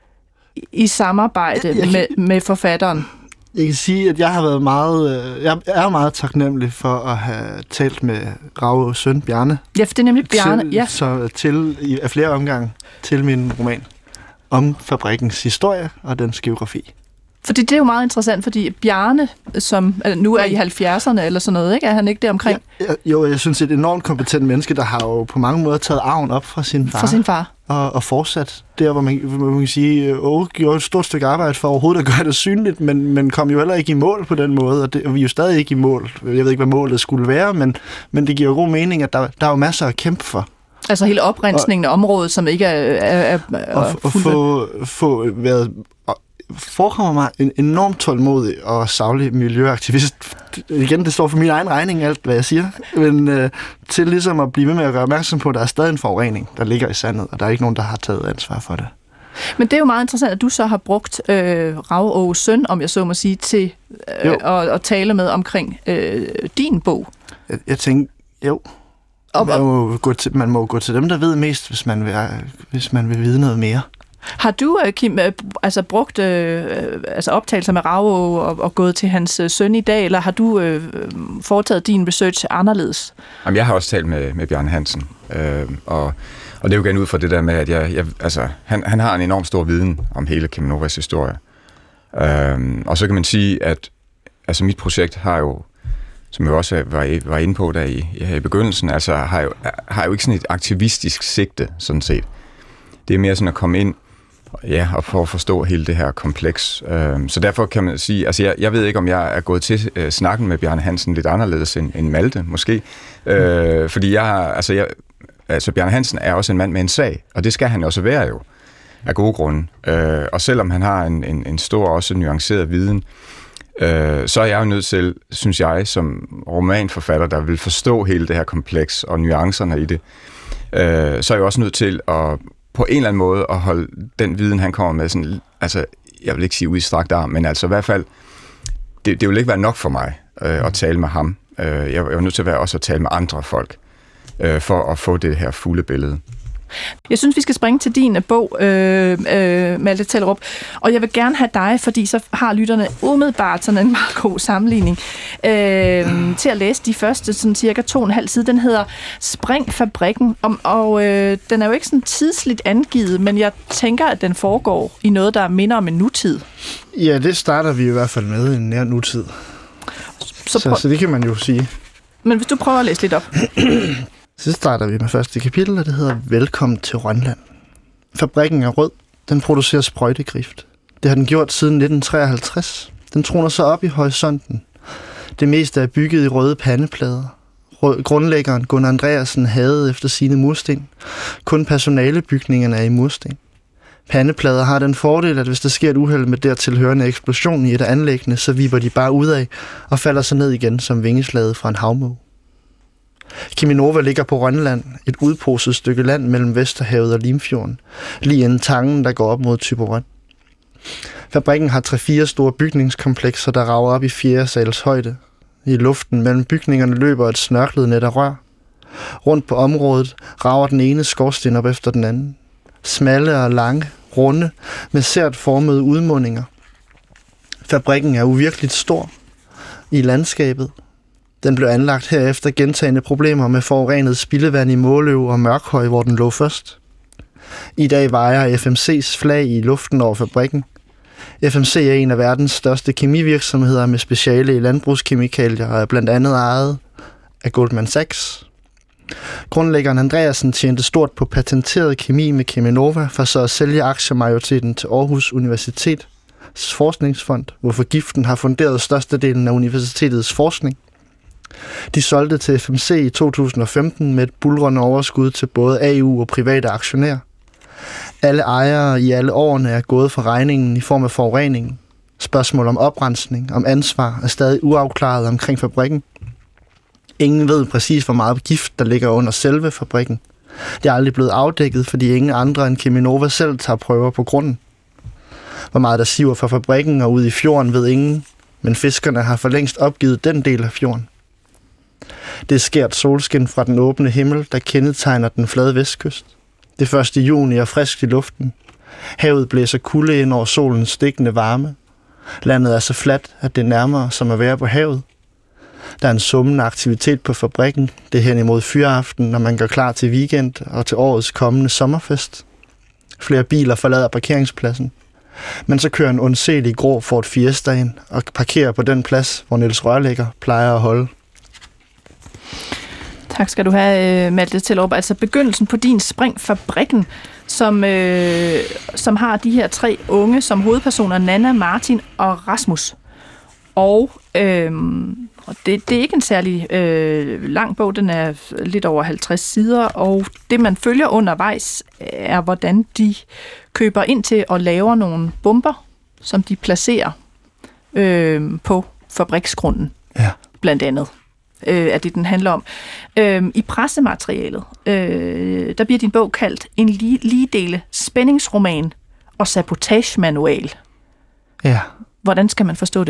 i samarbejde jeg, jeg, med, med forfatteren. Jeg kan sige, at jeg har været meget, jeg er meget taknemmelig for at have talt med Ravåges søn, Bjarne. Ja, for det er nemlig Bjarne, til, ja. Så til, i, af flere omgange til min roman om fabrikkens historie og dens geografi. Fordi det er jo meget interessant, fordi Bjarne, som nu er i halvfjerdserne eller sådan noget, ikke? Er han ikke der omkring? Ja, jeg, jo, jeg synes, det er et enormt kompetent menneske, der har jo på mange måder taget arven op fra sin far. Fra sin far. Og, og fortsat der, hvor man, hvor man kan sige, at Åge gjorde et stort stykke arbejde for overhovedet at gøre det synligt, men, men kom jo heller ikke i mål på den måde, og, det, og vi er jo stadig ikke i mål. Jeg ved ikke, hvad målet skulle være, men, men det giver jo god mening, at der, der er jo masser at kæmpe for. Altså hele oprensningen af området, som ikke er, er, er, er og, og få, få været... forekommer mig en enormt tålmodig og saglig miljøaktivist. Igen, det står for min egen regning, alt hvad jeg siger. Men øh, til ligesom at blive ved med at gøre opmærksom på, at der er stadig en forurening, der ligger i sandet, og der er ikke nogen, der har taget ansvar for det. Men det er jo meget interessant, at du så har brugt øh, Ravåges søn, om jeg så må sige, til øh, at, at tale med omkring øh, din bog. Jeg, jeg tænker, jo. Man må, gå til, man må gå til dem, der ved mest, hvis man vil, hvis man vil vide noget mere. Har du, Kim, altså brugt øh, altså optagelser med Rav og, og gået til hans søn i dag, eller har du øh, foretaget din research anderledes? Jamen, jeg har også talt med, med Bjarne Hansen, øh, og, og det er jo igen ud fra det der med, at jeg, jeg, altså, han, han har en enorm stor viden om hele Cheminovas historie. Øh, og så kan man sige, at altså, mit projekt har jo, som jeg også var, var inde på der i, i begyndelsen, altså, har, jo, har jo ikke sådan et aktivistisk sigte, sådan set. Det er mere sådan at komme ind ja, og for at forstå hele det her kompleks. Så derfor kan man sige, altså jeg, jeg ved ikke, om jeg er gået til uh, snakken med Bjarne Hansen lidt anderledes end, end Malte, måske. Mm. Uh, fordi jeg har, altså, jeg, altså Bjarne Hansen er også en mand med en sag, og det skal han også være jo, af gode grunde. Uh, og selvom han har en, en, en stor, også nuanceret viden, uh, så er jeg jo nødt til, synes jeg, som romanforfatter, der vil forstå hele det her kompleks og nuancerne i det, uh, så er jeg også nødt til at på en eller anden måde at holde den viden, han kommer med, sådan, altså, jeg vil ikke sige udstrakt arm, men altså i hvert fald, det, det vil ikke være nok for mig øh, at tale med ham. Øh, jeg, jeg er nødt til at være også at tale med andre folk, øh, for at få det her fulde billede. Jeg synes, vi skal springe til din bog, øh, øh, Malte Tellerup, og jeg vil gerne have dig, fordi så har lytterne umiddelbart sådan en meget god sammenligning, øh, til at læse de første sådan cirka to og en halv side. Den hedder Spring fabrikken, og, og øh, den er jo ikke sådan tidsligt angivet, men jeg tænker, at den foregår i noget, der minder om en nutid. Ja, det starter vi i hvert fald med, en nær nutid. Så, så, så det kan man jo sige. Men hvis du prøver at læse lidt op. Så starter vi med første kapitel, og det hedder Velkommen til Rønland. Fabrikken er rød. Den producerer sprøjtegrift. Det har den gjort siden nitten treoghalvtreds. Den troner sig op i horisonten. Det meste er bygget i røde pandeplader. Grundlæggeren Gunnar Andreasen havde efter sine mursten. Kun personalebygningerne er i mursten. Pandeplader har den fordel, at hvis der sker et uheld med dertilhørende eksplosion i et af anlæggene, så viber de bare ud af og falder så ned igen som vingeslaget fra en havmåge. Cheminova ligger på Rønland, et udposet stykke land mellem Vesterhavet og Limfjorden, lige inden Tangen, der går op mod Thyborøn. Fabrikken har tre-fire store bygningskomplekser, der rager op i fjerde sals højde. I luften mellem bygningerne løber et snørklet net af rør. Rundt på området rager den ene skorsten op efter den anden. Smalle og lange, runde, med sært formede udmundinger. Fabrikken er uvirkeligt stor i landskabet. Den blev anlagt herefter gentagne problemer med forurenet spildevand i Måløv og Mørkhøj, hvor den lå først. I dag vejer F M C's flag i luften over fabrikken. F M C er en af verdens største kemivirksomheder med speciale i landbrugskemikalier og er blandt andet ejet af Goldman Sachs. Grundlæggeren Andreasen tjente stort på patenteret kemi med Cheminova for så at sælge aktiemajoriteten til Aarhus Universitets Forskningsfond, hvorfor giften har funderet størstedelen af universitetets forskning. De solgte til F M C i to tusind og femten med et buldrende overskud til både A U og private aktionærer. Alle ejere i alle årene er gået for regningen i form af forureningen. Spørgsmål om oprensning, om ansvar er stadig uafklaret omkring fabrikken. Ingen ved præcis, hvor meget gift der ligger under selve fabrikken. Det er aldrig blevet afdækket, fordi ingen andre end Cheminova selv tager prøver på grunden. Hvor meget der siver fra fabrikken og ud i fjorden ved ingen, men fiskerne har for længst opgivet den del af fjorden. Det er skært solskin fra den åbne himmel, der kendetegner den flade vestkyst. Det er første juni og frisk i luften. Havet blæser kulde ind over solens stikkende varme. Landet er så fladt, at det er nærmere som at være på havet. Der er en summende aktivitet på fabrikken. Det er hen imod fyraften, når man gør klar til weekend og til årets kommende sommerfest. Flere biler forlader parkeringspladsen. Men så kører en undselig grå Ford Fiesta ind og parkerer på den plads, hvor Niels Rørlægger plejer at holde. Tak skal du have, Malte Tellerup. Altså begyndelsen på din Spring fabrikken, som, øh, som har de her tre unge som hovedpersoner, Nanna, Martin og Rasmus. Og øh, det, det er ikke en særlig øh, lang bog, den er lidt over halvtreds sider, og det man følger undervejs er, hvordan de køber ind til og laver nogle bomber, som de placerer øh, på fabriksgrunden, ja. Blandt andet. Øh, er det, den handler om. Øh, I pressematerialet, øh, der bliver din bog kaldt en lige, lige dele spændingsroman og sabotagemanual. Ja. Hvordan skal man forstå det?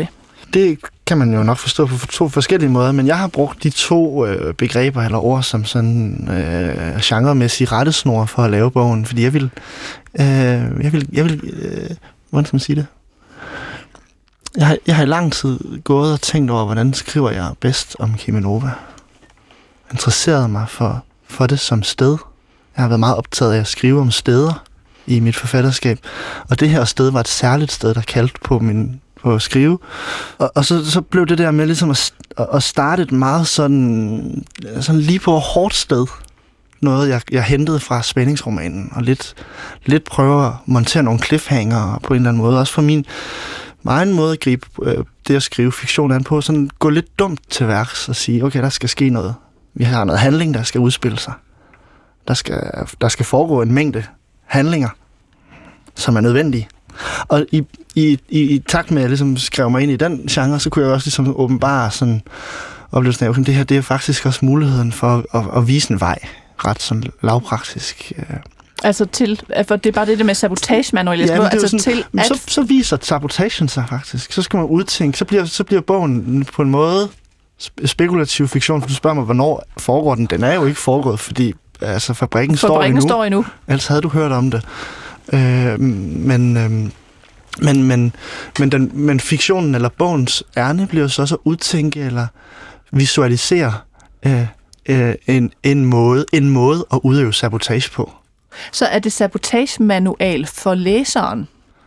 det kan man jo nok forstå på to forskellige måder, men jeg har brugt de to øh, begreber eller ord som sådan øh, genremæssige rettesnor for at lave bogen, fordi jeg vil, øh, jeg vil, jeg vil, øh, hvordan skal man sige det? Jeg har, jeg har i lang tid gået og tænkt over, hvordan skriver jeg bedst om Cheminova. Interesseret mig for, for det som sted. Jeg har været meget optaget af at skrive om steder i mit forfatterskab, og det her sted var et særligt sted, der kaldte på min på at skrive. Og, og så, så blev det der med ligesom at, at starte et meget sådan, sådan lige på et hårdt sted. Noget, jeg, jeg hentede fra spændingsromanen, og lidt, lidt prøver at montere nogle cliffhanger på en eller anden måde. Også for min, min egen måde at gribe øh, det at skrive fiktion an på, sådan gå lidt dumt til værks og sige, okay, der skal ske noget. Vi har noget handling, der skal udspille sig. Der skal, der skal foregå en mængde handlinger, som er nødvendige. Og i, i, i, i takt med, at jeg ligesom skrev mig ind i den genre, så kunne jeg også ligesom åbenbare sådan oplevelsen af, at det her, det er faktisk også muligheden for at, at vise en vej, ret sådan lavpraktisk. Altså til, for det er bare det der med sabotage-manual, ja, altså sådan, til at... så, så viser sabotagen sig faktisk. Så skal man udtænke, så bliver, så bliver bogen på en måde spekulativ fiktion, for du spørger mig, hvornår foregår den? Den er jo ikke foregået, fordi altså, fabrikken, fabrikken står endnu. står endnu. Ellers havde du hørt om det. Øh, men, øh, men, men, men, den, men fiktionen eller bogens ærne bliver så også at udtænke eller visualisere øh, øh, en, en, måde, en måde at udøve sabotage på. Så er det sabotage-manual for læseren?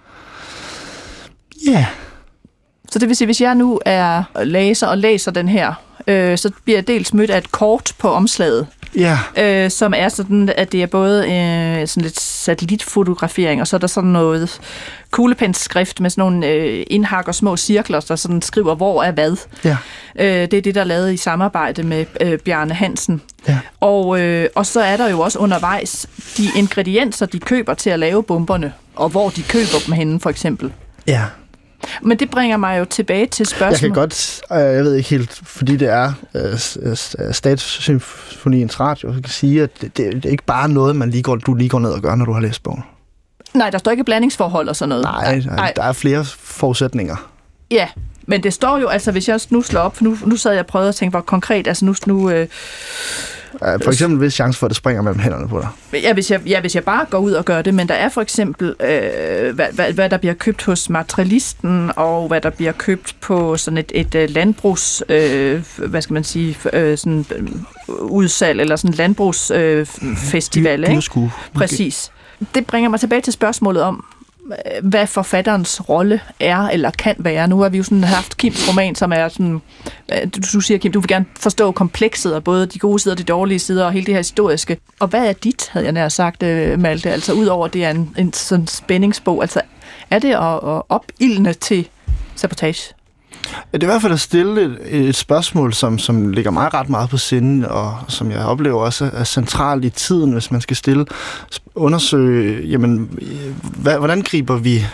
Ja. Yeah. Så det vil sige, hvis jeg nu er læser og læser den her, øh, så bliver jeg dels mødt af et kort på omslaget, ja. øh, som er sådan, at det er både øh, sådan lidt satellitfotografering, og så er der sådan noget kuglepensskrift med sådan nogle øh, indhak og små cirkler, der sådan skriver, hvor er hvad. Ja. Øh, det er det, der er lavet i samarbejde med øh, Bjarne Hansen. Ja. Og, øh, og så er der jo også undervejs de ingredienser, de køber til at lave bomberne, og hvor de køber dem henne, for eksempel. Ja. Men det bringer mig jo tilbage til spørgsmålet. Jeg kan godt, jeg ved ikke helt, fordi det er uh, Statssymfoniens Radio, jeg kan sige, at det, det er ikke bare noget, man lige går, du lige går ned og gør, når du har læst bogen. Nej, der står ikke blandingsforhold og sådan noget. Nej, nej, der er flere forudsætninger. Ja, men det står jo, altså hvis jeg nu slår op, for nu, nu sad jeg og prøvede at tænke, hvor konkret, altså nu... nu øh, for eksempel hvis chance for, at det springer mellem hænderne på dig. Ja, hvis jeg, ja, hvis jeg bare går ud og gør det, men der er for eksempel, øh, hvad, hvad, hvad der bliver købt hos materialisten, og hvad der bliver købt på sådan et, et, et landbrugs, øh, hvad skal man sige, øh, sådan øh, udsalg, eller sådan en landbrugsfestival, øh, ikke? Præcis. Det bringer mig tilbage til spørgsmålet om, hvad forfatterens rolle er eller kan være. Nu har vi jo sådan haft Kims roman, som er sådan, du siger, Kim, du vil gerne forstå komplekset af både de gode sider og de dårlige sider og hele det her historiske. Og hvad er dit, havde jeg nær sagt, Malte? Altså udover det er en, en sådan spændingsbog, altså er det at, at opildne til sabotage? Det er i hvert fald at stille et, et spørgsmål, som, som ligger mig ret meget på sinde, og som jeg oplever også er centralt i tiden, hvis man skal stille, undersøge, jamen, hvad, hvordan griber vi,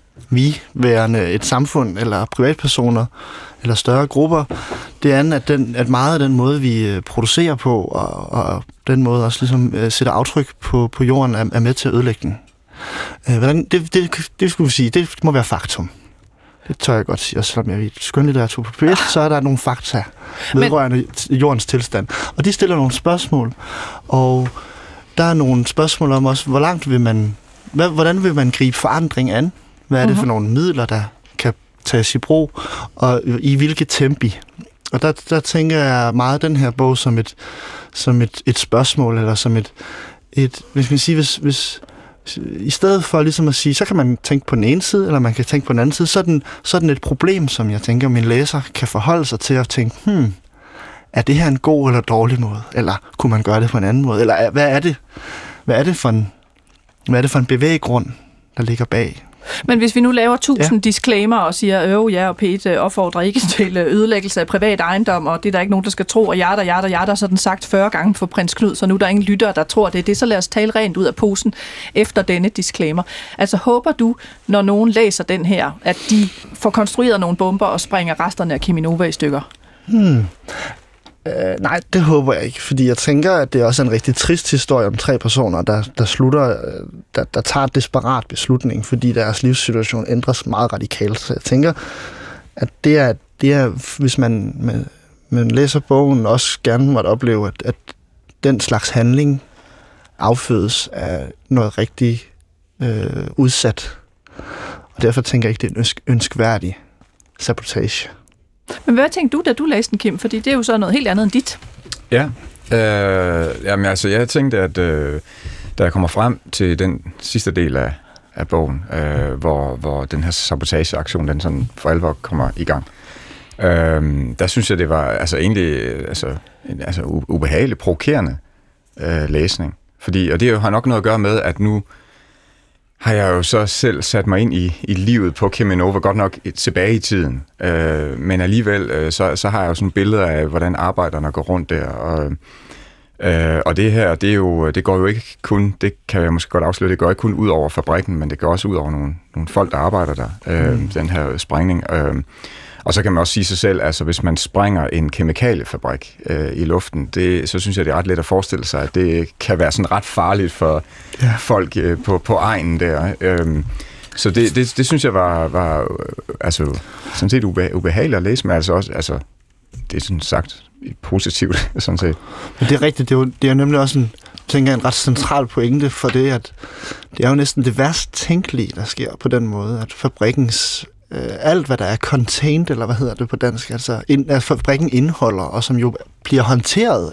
vi værende et samfund, eller privatpersoner, eller større grupper, det er, at, den, at meget af den måde, vi producerer på, og, og den måde også ligesom sætter aftryk på, på jorden, er, er med til at ødelægge den. Hvordan, det, det, det skulle vi sige, det må være faktum. Det tør jeg godt sige, og selvom jeg er skønlitteratur på P et, så er der nogle fakta vedrørende jordens tilstand. Og de stiller nogle spørgsmål, og der er nogle spørgsmål om også, hvor langt vil man, hvad, hvordan vil man gribe forandring an? Hvad er det for nogle midler, der kan tages i brug, og i hvilke tempi? Og der, der tænker jeg meget den her bog som et, som et, et spørgsmål, eller som et, et hvis man siger, hvis, hvis i stedet for ligesom at sige, så kan man tænke på den ene side, eller man kan tænke på den anden side, så er den, så er den et problem, som jeg tænker, min læser kan forholde sig til at tænke, hmm, er det her en god eller dårlig måde? Eller kunne man gøre det på en anden måde? Eller hvad er det, hvad er det, for, en, hvad er det for en bevæggrund, der ligger bag? Men hvis vi nu laver tusind ja. disclaimer og siger, øv, ja, og P et opfordrer ikke til ødelæggelse af privat ejendom, og det er der ikke nogen, der skal tro, og hjerter, hjerter, hjerter, så er den sagt fyrre gange for prins Knud, så nu er der ingen lyttere, der tror det. Det er så lad os tale rent ud af posen efter denne disclaimer. Altså håber du, når nogen læser den her, at de får konstrueret nogle bomber og springer resterne af Cheminova i stykker? Hmm. Uh, nej, det håber jeg ikke, fordi jeg tænker, at det er også en rigtig trist historie om tre personer, der, der slutter, der, der tager et desperat beslutning, fordi deres livssituation ændres meget radikalt. Så jeg tænker, at det er, det er hvis man, man, man læser bogen, også gerne måtte opleve, at, at den slags handling affødes af noget rigtig øh, udsat. Og derfor tænker jeg ikke, det er en ønsk, ønskværdig sabotage. Men hvad tænkte du, da du læste den, Kim? Fordi det er jo så noget helt andet end dit. Ja, øh, jamen altså, jeg tænkte, at øh, da jeg kommer frem til den sidste del af, af bogen, øh, hvor, hvor den her sabotageaktion, den sådan for alvor kommer i gang, øh, der synes jeg, det var altså egentlig altså, en, altså, ubehageligt, provokerende øh, læsning. Fordi, og det har nok noget at gøre med, at nu har jeg jo så selv sat mig ind i, i livet på Cheminova, godt nok tilbage i tiden. Øh, men alligevel, øh, så, så har jeg jo sådan billeder af, hvordan arbejderne går rundt der. Og, øh, og det her, det, er jo, det går jo ikke kun, det kan jeg måske godt afsløre, det går ikke kun ud over fabrikken, men det går også ud over nogle, nogle folk, der arbejder der, øh, mm. den her sprængning. Øh, Og så kan man også sige sig selv, altså hvis man sprænger en kemikaliefabrik øh, i luften, det, så synes jeg, det er ret let at forestille sig, at det kan være sådan ret farligt for ja. folk øh, på, på egnen der. Øhm, så det, det, det synes jeg var, var altså, sådan set ube, ubehageligt at læse, men altså også, altså, det er sådan sagt positivt, sådan set. Men det er rigtigt, det er jo, det er nemlig også en, tænker jeg, en ret central pointe for det, at det er jo næsten det værst tænkelige, der sker på den måde, at fabrikkens alt, hvad der er contained, eller hvad hedder det på dansk, altså ind, at fabrikken indeholder, og som jo bliver håndteret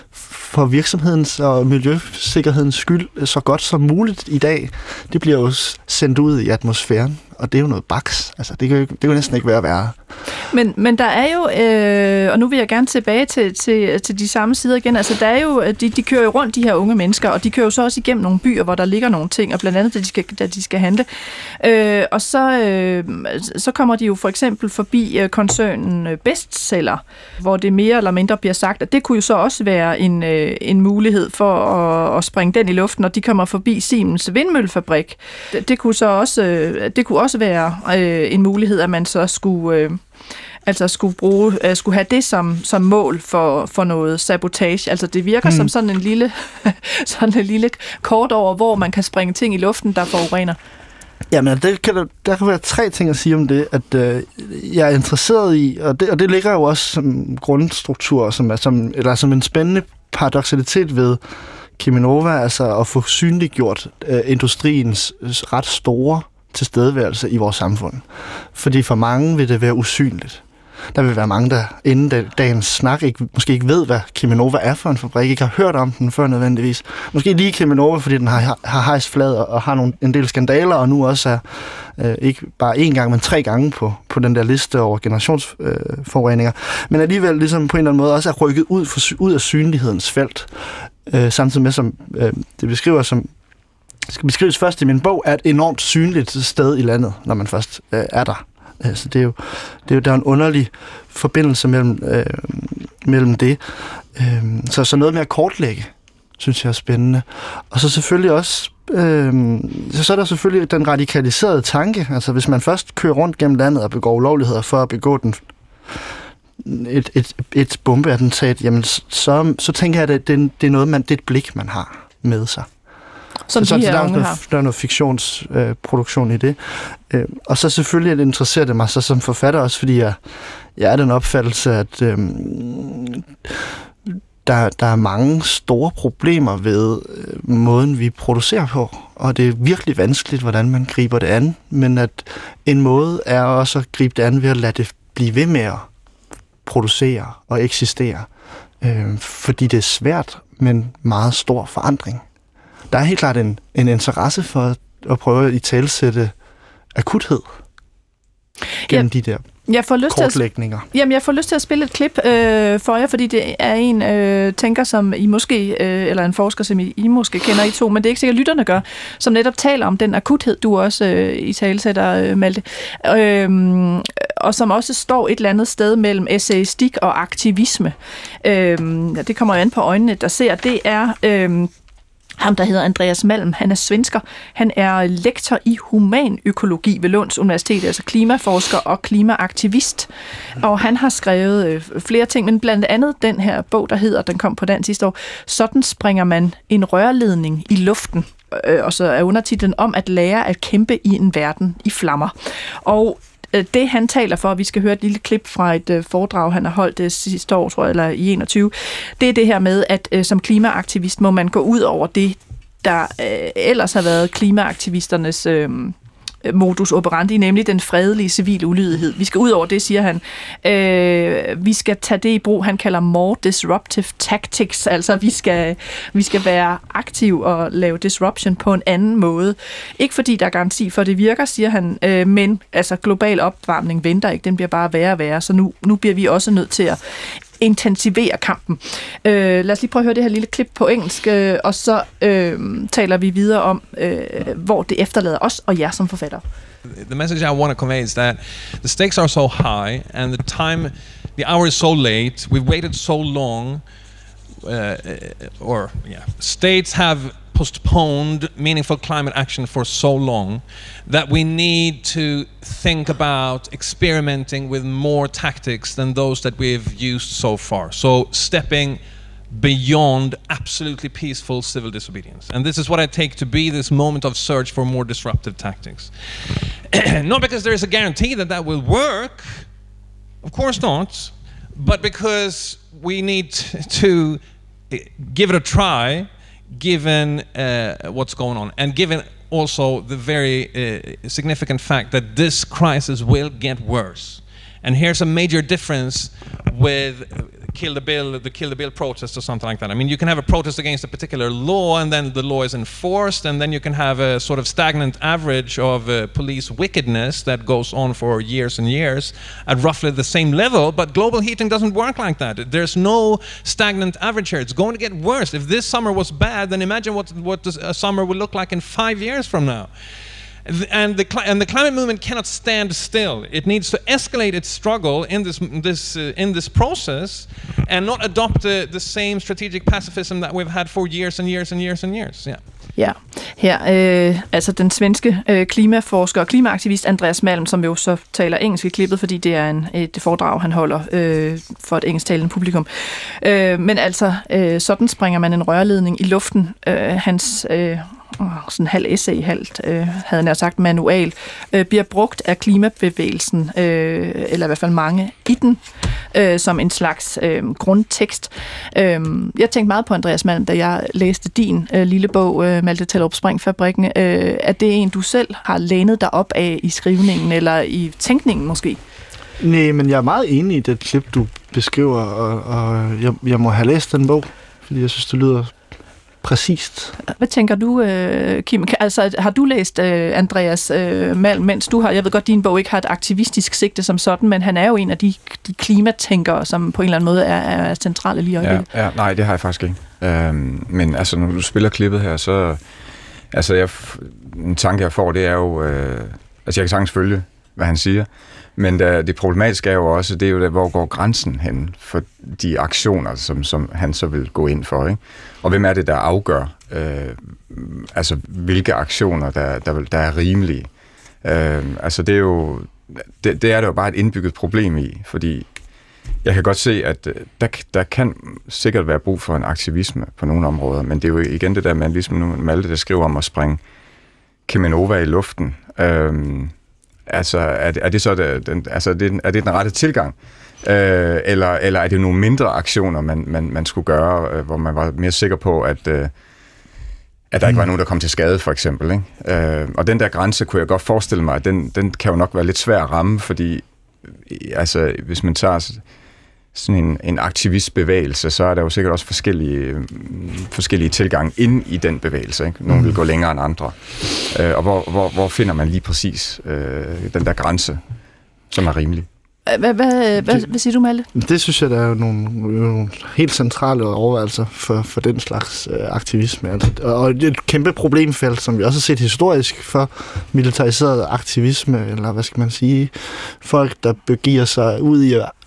for virksomhedens og miljøsikkerhedens skyld så godt som muligt i dag, det bliver jo sendt ud i atmosfæren, og det er jo noget baks. Altså, det kan jo, det kan jo næsten ikke være værre. Men, men der er jo, øh, og nu vil jeg gerne tilbage til, til, til de samme sider igen, altså der er jo, de, de kører jo rundt, de her unge mennesker, og de kører jo så også igennem nogle byer, hvor der ligger nogle ting, og blandt andet, da de skal, da de skal handle. Øh, og så, øh, så kommer de jo for eksempel forbi øh, koncernen Bestseller, hvor det mere eller mindre bliver sagt, at det kunne jo så også være en, øh, en mulighed for at, at springe den i luften, når de kommer forbi Siemens vindmøllefabrik. Det, det kunne så også, øh, det kunne også være øh, en mulighed, at man så skulle... Øh, altså skulle bruge, uh, skulle have det som, som mål for, for noget sabotage. Altså det virker mm. som sådan en lille sådan en lille kort over, hvor man kan springe ting i luften, der forurener. Jamen, det kan der, der kan være tre ting at sige om det, at øh, jeg er interesseret i, og det, og det ligger jo også som grundstruktur, som er som, eller som en spændende paradoksalitet ved Cheminova, altså at få synliggjort øh, industriens ret store tilstedeværelse i vores samfund. Fordi for mange vil det være usynligt. Der vil være mange, der inden dagens snak ikke, måske ikke ved, hvad Cheminova er for en fabrik, ikke har hørt om den før nødvendigvis. Måske lige Cheminova, fordi den har, har hejst flad og har nogle, en del skandaler, og nu også er øh, ikke bare én gang, men tre gange på, på den der liste over generationsforureninger. Øh, men alligevel ligesom på en eller anden måde også er rykket ud, for, ud af synlighedens felt. Øh, samtidig med, som øh, det beskriver som skal beskrives først i min bog, er et enormt synligt sted i landet, når man først øh, er der. Altså, det er jo, det er jo der er en underlig forbindelse mellem, øh, mellem det. Øh, så, så noget med at kortlægge, synes jeg er spændende. Og så selvfølgelig også, øh, så, så er der selvfølgelig den radikaliserede tanke, altså hvis man først kører rundt gennem landet og begår ulovligheder for at begå den et, et, et bombeattentat, jamen så, så tænker jeg, at det, det er noget, man, det er et blik, man har med sig. Som så, de så her der, er unge noget, har. der er noget fiktionsproduktion øh, i det. Øh, og så selvfølgelig interesserer det mig så som forfatter også, fordi jeg, jeg er den opfattelse, at øh, der, der er mange store problemer ved øh, måden, vi producerer på. Og det er virkelig vanskeligt, hvordan man griber det an. Men at en måde er også at gribe det an ved at lade det blive ved med at producere og eksistere. Øh, fordi det er svært, men meget stor forandring. Der er helt klart en, en interesse for at prøve at italesætte akuthed gennem ja, de der jeg får lyst kortlægninger. Til at, jamen, jeg får lyst til at spille et klip øh, for jer, fordi det er en øh, tænker, som I måske, øh, eller en forsker, som I, I måske kender I to, men det er ikke sikkert, lytterne gør, som netop taler om den akuthed, du også øh, italesætter, øh, Malte, øh, og som også står et eller andet sted mellem essayistik og aktivisme. Øh, det kommer jo an på øjnene, der ser. Det er... Øh, ham, der hedder Andreas Malm, han er svensker. Han er lektor i humanøkologi ved Lunds Universitet, altså klimaforsker og klimaaktivist. Og han har skrevet øh, flere ting, men blandt andet den her bog, der hedder, den kom på dansk sidste år, Sådan springer man en rørledning i luften. Øh, og så er undertitlen om at lære at kæmpe i en verden i flammer. Og Det, han taler for, vi skal høre et lille klip fra et foredrag, han har holdt det sidste år, tror jeg, eller i enogtyve, det er det her med, at som klimaaktivist må man gå ud over det, der øh, ellers har været klimaaktivisternes øh, modus operandi, nemlig den fredelige civile ulydighed. Vi skal ud over det, siger han. Øh, vi skal tage det i brug, han kalder more disruptive tactics, altså vi skal, vi skal være aktiv og lave disruption på en anden måde. Ikke fordi der er garanti for, at det virker, siger han, øh, men altså global opvarmning venter ikke, den bliver bare værre og værre, så nu, nu bliver vi også nødt til at intensivere kampen. Øh, lad os lige prøve at høre det her lille klip på engelsk, øh, og så øh, taler vi videre om, øh, hvor det efterlader os og jer som forfatter. The message I want to convey is that the stakes are so high, and the time, the hour is so late, we've waited so long, uh, or yeah, states have postponed meaningful climate action for so long that we need to think about experimenting with more tactics than those that we've used so far. So stepping beyond absolutely peaceful civil disobedience. And this is what I take to be this moment of search for more disruptive tactics. Not because there is a guarantee that that will work, of course not, but because we need to give it a try, given uh, what's going on, and given also the very uh, significant fact that this crisis will get worse. And here's a major difference with Kill the Bill, the Kill the Bill protest or something like that. I mean, you can have a protest against a particular law, and then the law is enforced, and then you can have a sort of stagnant average of uh, police wickedness that goes on for years and years at roughly the same level. But global heating doesn't work like that. There's no stagnant average here. It's going to get worse. If this summer was bad, then imagine what what this, a summer will look like in five years from now. And the and the climate movement cannot stand still. It needs to escalate its struggle in this this uh, in this process, and not adopt uh, the same strategic pacifism that we've had for years and years and years and years. Yeah. Ja, her øh, altså den svenske øh, klimaforsker og klimaaktivist Andreas Malm, som jo så taler engelsk i klippet, fordi det er en, et foredrag, han holder øh, for et engelsktalende publikum. Øh, men altså, øh, sådan springer man en rørledning i luften. Øh, hans øh, sådan halv essay, halvt, øh, havde jeg sagt, manual, øh, bliver brugt af klimabevægelsen, øh, eller i hvert fald mange i den, øh, som en slags øh, grundtekst. Øh, jeg tænkte meget på Andreas Malm, da jeg læste din øh, lille bog, øh, Malte Tellerup Springfabrikken. Øh, er det en, du selv har lænet dig op af i skrivningen, eller i tænkningen måske? Nej, men jeg er meget enig i det klip, du beskriver, og, og jeg, jeg må have læst den bog, fordi jeg synes, det lyder præcist. Hvad tænker du, Kim? Altså, har du læst Andreas Malm, mens du har, jeg ved godt, din bog ikke har et aktivistisk sigte som sådan, men han er jo en af de, de klimatænkere, som på en eller anden måde er, er centrale lige i øjeblikket. Ja, ja, nej, det har jeg faktisk ikke. Øhm, men altså, når du spiller klippet her, så altså, jeg, en tanke, jeg får, det er jo, øh, altså, jeg kan sagtens følge, hvad han siger, men der, det problematiske er jo også, det er jo der, hvor går grænsen hen for de aktioner, som, som han så vil gå ind for, ikke? Og hvem er det, der afgør, øh, altså hvilke aktioner, der, der, der er rimelige? Øh, altså det er jo, det, det er der jo bare et indbygget problem i, fordi jeg kan godt se, at der, der kan sikkert være brug for en aktivisme på nogle områder, men det er jo igen det der med, ligesom Malte, der skriver om at springe Cheminova i luften. Øh, Altså, er det, er det så den, altså, er det, er det den rette tilgang? Øh, eller, eller er det nogle mindre aktioner, man, man, man skulle gøre, øh, hvor man var mere sikker på, at, øh, at der ikke var nogen, der kom til skade, for eksempel, ikke? Øh, og den der grænse kunne jeg godt forestille mig, at den, den kan jo nok være lidt svær at ramme, fordi altså, hvis man tager sådan en, en aktivistbevægelse, så er der jo sikkert også forskellige, forskellige tilgange ind i den bevægelse, ikke? Nogle vil gå længere end andre. Øh, og hvor, hvor, hvor finder man lige præcis øh, den der grænse, som er rimelig? Hvad, hvad, hvad, hvad siger du, Malte? Det synes jeg, der er nogle, nogle helt centrale overvejelser for, for den slags øh, aktivisme. Altså, og det er et kæmpe problemfelt, som vi også har set historisk for militariseret aktivisme, eller hvad skal man sige, folk, der begiver sig ud i at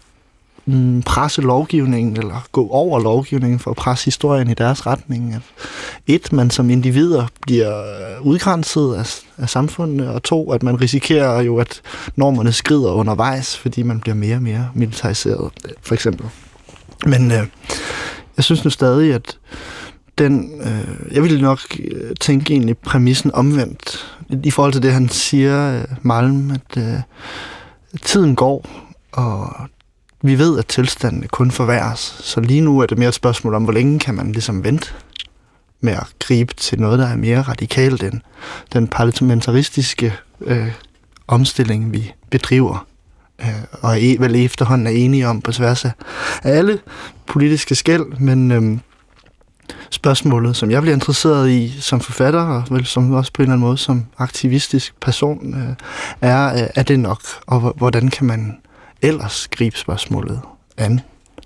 presse lovgivningen, eller gå over lovgivningen for at presse historien i deres retning. At et, man som individer bliver udgrænset af, af samfundet, og to, at man risikerer jo, at normerne skrider undervejs, fordi man bliver mere og mere militariseret, for eksempel. Men øh, jeg synes nu stadig, at den, øh, jeg ville nok tænke egentlig præmissen omvendt, i forhold til det, han siger, øh, Malm, at øh, tiden går, og vi ved, at tilstandene kun forværres. Så lige nu er det mere et spørgsmål om, hvor længe kan man ligesom vente med at gribe til noget, der er mere radikalt end den parlamentaristiske øh, omstilling, vi bedriver. Øh, og er vel efterhånden er enige om på tværs af alle politiske skel, men øh, spørgsmålet, som jeg bliver interesseret i som forfatter, og vel som også på en eller anden måde som aktivistisk person, øh, er, er det nok, og hvordan kan man ellers gribe spørgsmålet an?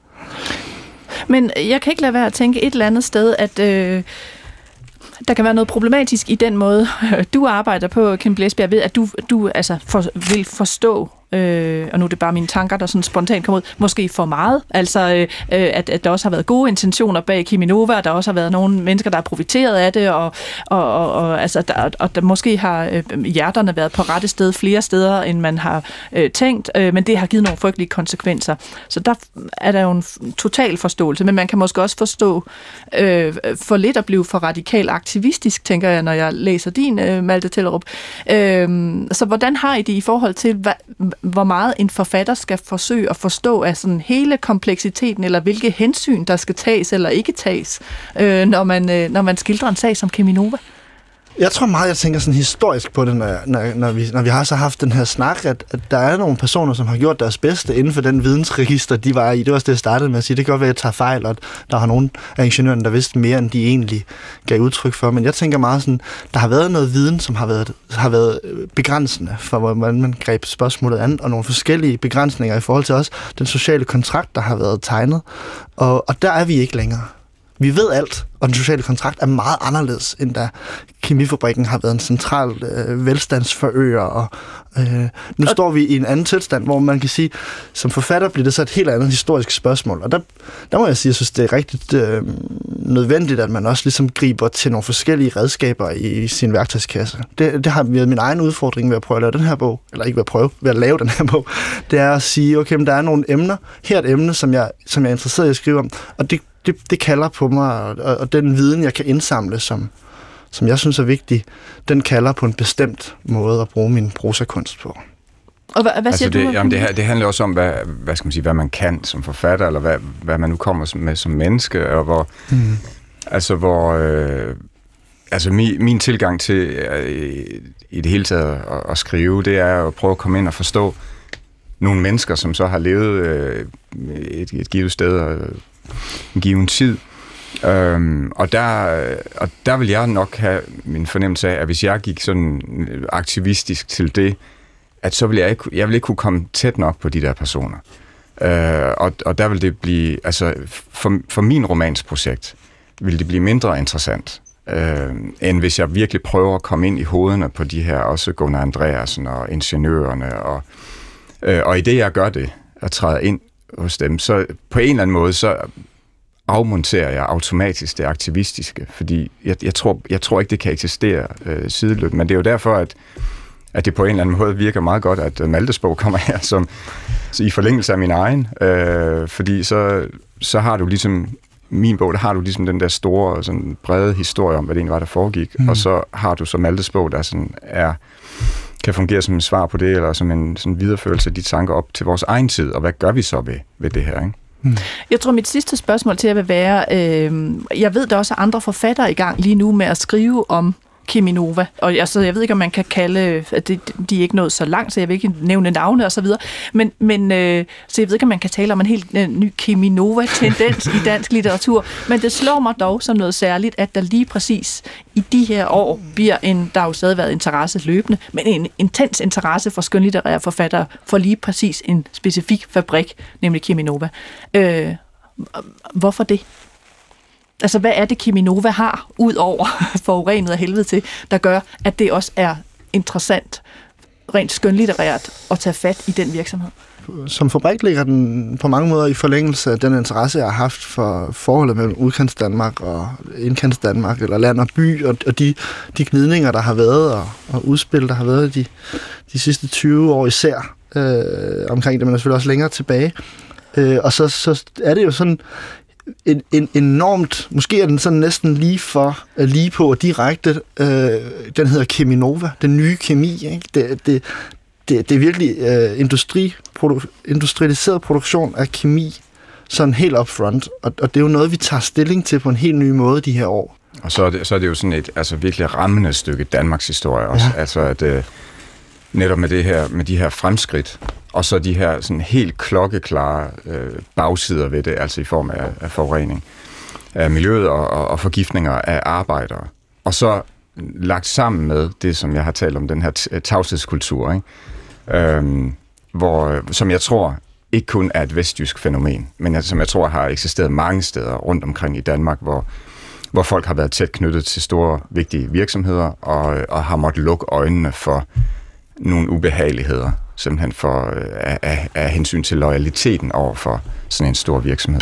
Men jeg kan ikke lade være at tænke et eller andet sted, at øh, der kan være noget problematisk i den måde, du arbejder på, Kim Blæsbjerg, ved, at du, du altså, for, vil forstå, øh, og nu er det bare mine tanker, der sådan spontant kommer ud, måske for meget. Altså, øh, at, at der også har været gode intentioner bag Cheminova, og der også har været nogle mennesker, der har profiteret af det, og, og, og, og, altså, der, og der måske har øh, hjerterne været på rette sted flere steder, end man har øh, tænkt, øh, men det har givet nogle frygtelige konsekvenser. Så der er der jo en total forståelse, men man kan måske også forstå øh, for lidt at blive for radikal aktivistisk, tænker jeg, når jeg læser din, øh, Malte Tellerup. Øh, så hvordan har I det i forhold til, hvad, hvor meget en forfatter skal forsøge at forstå af sådan hele kompleksiteten, eller hvilke hensyn, der skal tages eller ikke tages, øh, når, man, øh, når man skildrer en sag som Cheminova? Jeg tror meget, jeg tænker sådan historisk på det, når, når, når, vi, når vi har så haft den her snak, at, at der er nogle personer, som har gjort deres bedste inden for den vidensregister, de var i. Det var også det, jeg startede med at sige. Det kan godt være, at jeg tager fejl, og der har nogle af ingeniørerne, der vidste mere, end de egentlig gav udtryk for. Men jeg tænker meget sådan, der har været noget viden, som har været, har været begrænsende for, hvordan man greb spørgsmålet an, og nogle forskellige begrænsninger i forhold til også den sociale kontrakt, der har været tegnet. Og, og der er vi ikke længere. Vi ved alt, og den sociale kontrakt er meget anderledes, end da kemifabrikken har været en central øh, velstandsforøger. Og, øh, nu og står vi i en anden tilstand, hvor man kan sige, som forfatter bliver det så et helt andet historisk spørgsmål. Og der, der må jeg sige, at jeg synes, det er rigtig øh, nødvendigt, at man også ligesom griber til nogle forskellige redskaber i, i sin værktøjskasse. Det, det har været min egen udfordring ved at prøve at lave den her bog, eller ikke ved at prøve, ved at lave den her bog. Det er at sige, okay, men der er nogle emner, her er et emne, som jeg, som jeg er interesseret i at skrive om, og det Det, det kalder på mig, og, og den viden, jeg kan indsamle, som, som jeg synes er vigtig, den kalder på en bestemt måde at bruge min prosakunst på. Og hvad, hvad siger altså det, du? Jamen det, det handler også om, hvad, hvad, skal man sige, hvad man kan som forfatter, eller hvad, hvad man nu kommer med som menneske, og hvor, mm. altså hvor, øh, altså min, min tilgang til øh, i det hele taget at, at skrive, det er at prøve at komme ind og forstå nogle mennesker, som så har levet øh, et, et givet sted og en given tid. Øhm, og, der, og der vil jeg nok have min fornemmelse af, at hvis jeg gik sådan aktivistisk til det, at så vil jeg ikke, jeg vil ikke kunne komme tæt nok på de der personer. Øh, og, og der vil det blive, altså for, for min romansprojekt, vil det blive mindre interessant, øh, end hvis jeg virkelig prøver at komme ind i hovederne på de her, også Gunnar Andreasen og ingeniørerne, og, øh, og i det jeg gør det, at træde ind hos dem, så på en eller anden måde, så afmonterer jeg automatisk det aktivistiske, fordi jeg, jeg, tror, jeg tror ikke, det kan eksistere øh, sideløbende, men det er jo derfor, at, at det på en eller anden måde virker meget godt, at Maltes bog kommer her som i forlængelse af min egen, øh, fordi så, så har du ligesom, min bog, der har du ligesom den der store, sådan brede historie om, hvad det egentlig var, der foregik, mm. og så har du så Maltes bog, der sådan er kan fungere som en svar på det, eller som en sådan videreførelse af de tanker op til vores egen tid, og hvad gør vi så ved, ved det her, ikke? Hmm. Jeg tror, mit sidste spørgsmål til jer vil være, øh, jeg ved, der også er andre forfattere i gang lige nu med at skrive om Cheminova, og altså, jeg ved ikke, om man kan kalde, at det, de er ikke nået så langt, så jeg vil ikke nævne navne og så videre, men, men øh, så jeg ved ikke, om man kan tale om en helt øh, ny Cheminova-tendens i dansk litteratur, men det slår mig dog som noget særligt, at der lige præcis i de her år bliver en, der har jo stadig været interesse løbende, men en intens interesse for skønlitterære forfattere for lige præcis en specifik fabrik, nemlig Cheminova. Øh, hvorfor det? Altså, hvad er det, Cheminova har, ud over forurenet af helvede til, der gør, at det også er interessant, rent skønlitterært, at tage fat i den virksomhed? Som fabrik ligger den på mange måder i forlængelse af den interesse, jeg har haft for forholdet mellem udkants Danmark og indkants Danmark, eller land og by, og, og de, de gnidninger, der har været, og, og udspil, der har været de, de sidste tyve år især, øh, omkring det, men selvfølgelig også længere tilbage. Øh, og så, så er det jo sådan En, en enormt, måske er den sådan næsten lige for, lige på og direkte, øh, den hedder Cheminova, den nye kemi, ikke? Det, det, det, det er virkelig øh, industri, produ- industrialiseret produktion af kemi, sådan helt up front, og, og det er jo noget, vi tager stilling til på en helt ny måde de her år. Og så er det, så er det jo sådan et altså virkelig rammende stykke Danmarks historie også. Ja. Altså at øh, netop med det her med de her fremskridt, og så de her sådan helt klokkeklare øh, bagsider ved det, altså i form af, af forurening af miljøet og, og, og forgiftninger af arbejdere. Og så lagt sammen med det, som jeg har talt om, den her tavshedskultur, ikke? Øhm, hvor, som jeg tror ikke kun er et vestjysk fænomen, men som jeg tror har eksisteret mange steder rundt omkring i Danmark, hvor, hvor folk har været tæt knyttet til store, vigtige virksomheder og, og har måttet lukke øjnene for nogle ubehageligheder, simpelthen for, af, af, af hensyn til loyaliteten over for sådan en stor virksomhed.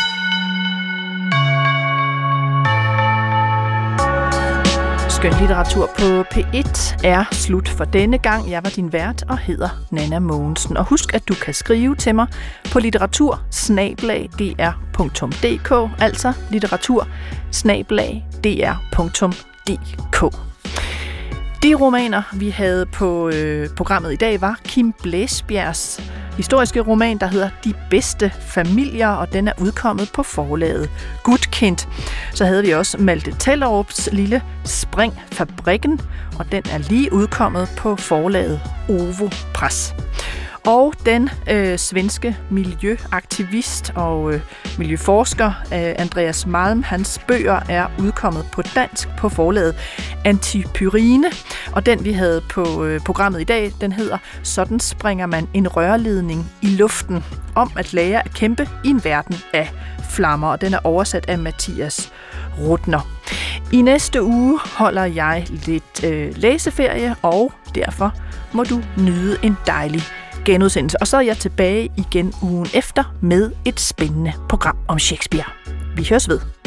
Skønlitteratur på P et er slut for denne gang. Jeg var din vært og hedder Nanna Mogensen. Og husk, at du kan skrive til mig på litteratur snabel-a d r punktum d k, altså litteratur snabel-a d r punktum d k. De romaner, vi havde på øh, programmet i dag, var Kim Blæsbjergs historiske roman, der hedder De bedste familier, og den er udkommet på forlaget Gudkind. Så havde vi også Malte Tellerups lille Spring Fabrikken, og den er lige udkommet på forlaget Ovo Press. Og den øh, svenske miljøaktivist og øh, miljøforsker øh, Andreas Malm, hans bøger er udkommet på dansk på forlaget Antipyrine. Og den, vi havde på øh, programmet i dag, den hedder Sådan springer man en rørledning i luften, om at lære at kæmpe i en verden af flammer. Og den er oversat af Mathias Rutner. I næste uge holder jeg lidt øh, læseferie, og derfor må du nyde en dejlig genudsendelse. Og så er jeg tilbage igen ugen efter med et spændende program om Shakespeare. Vi høres ved.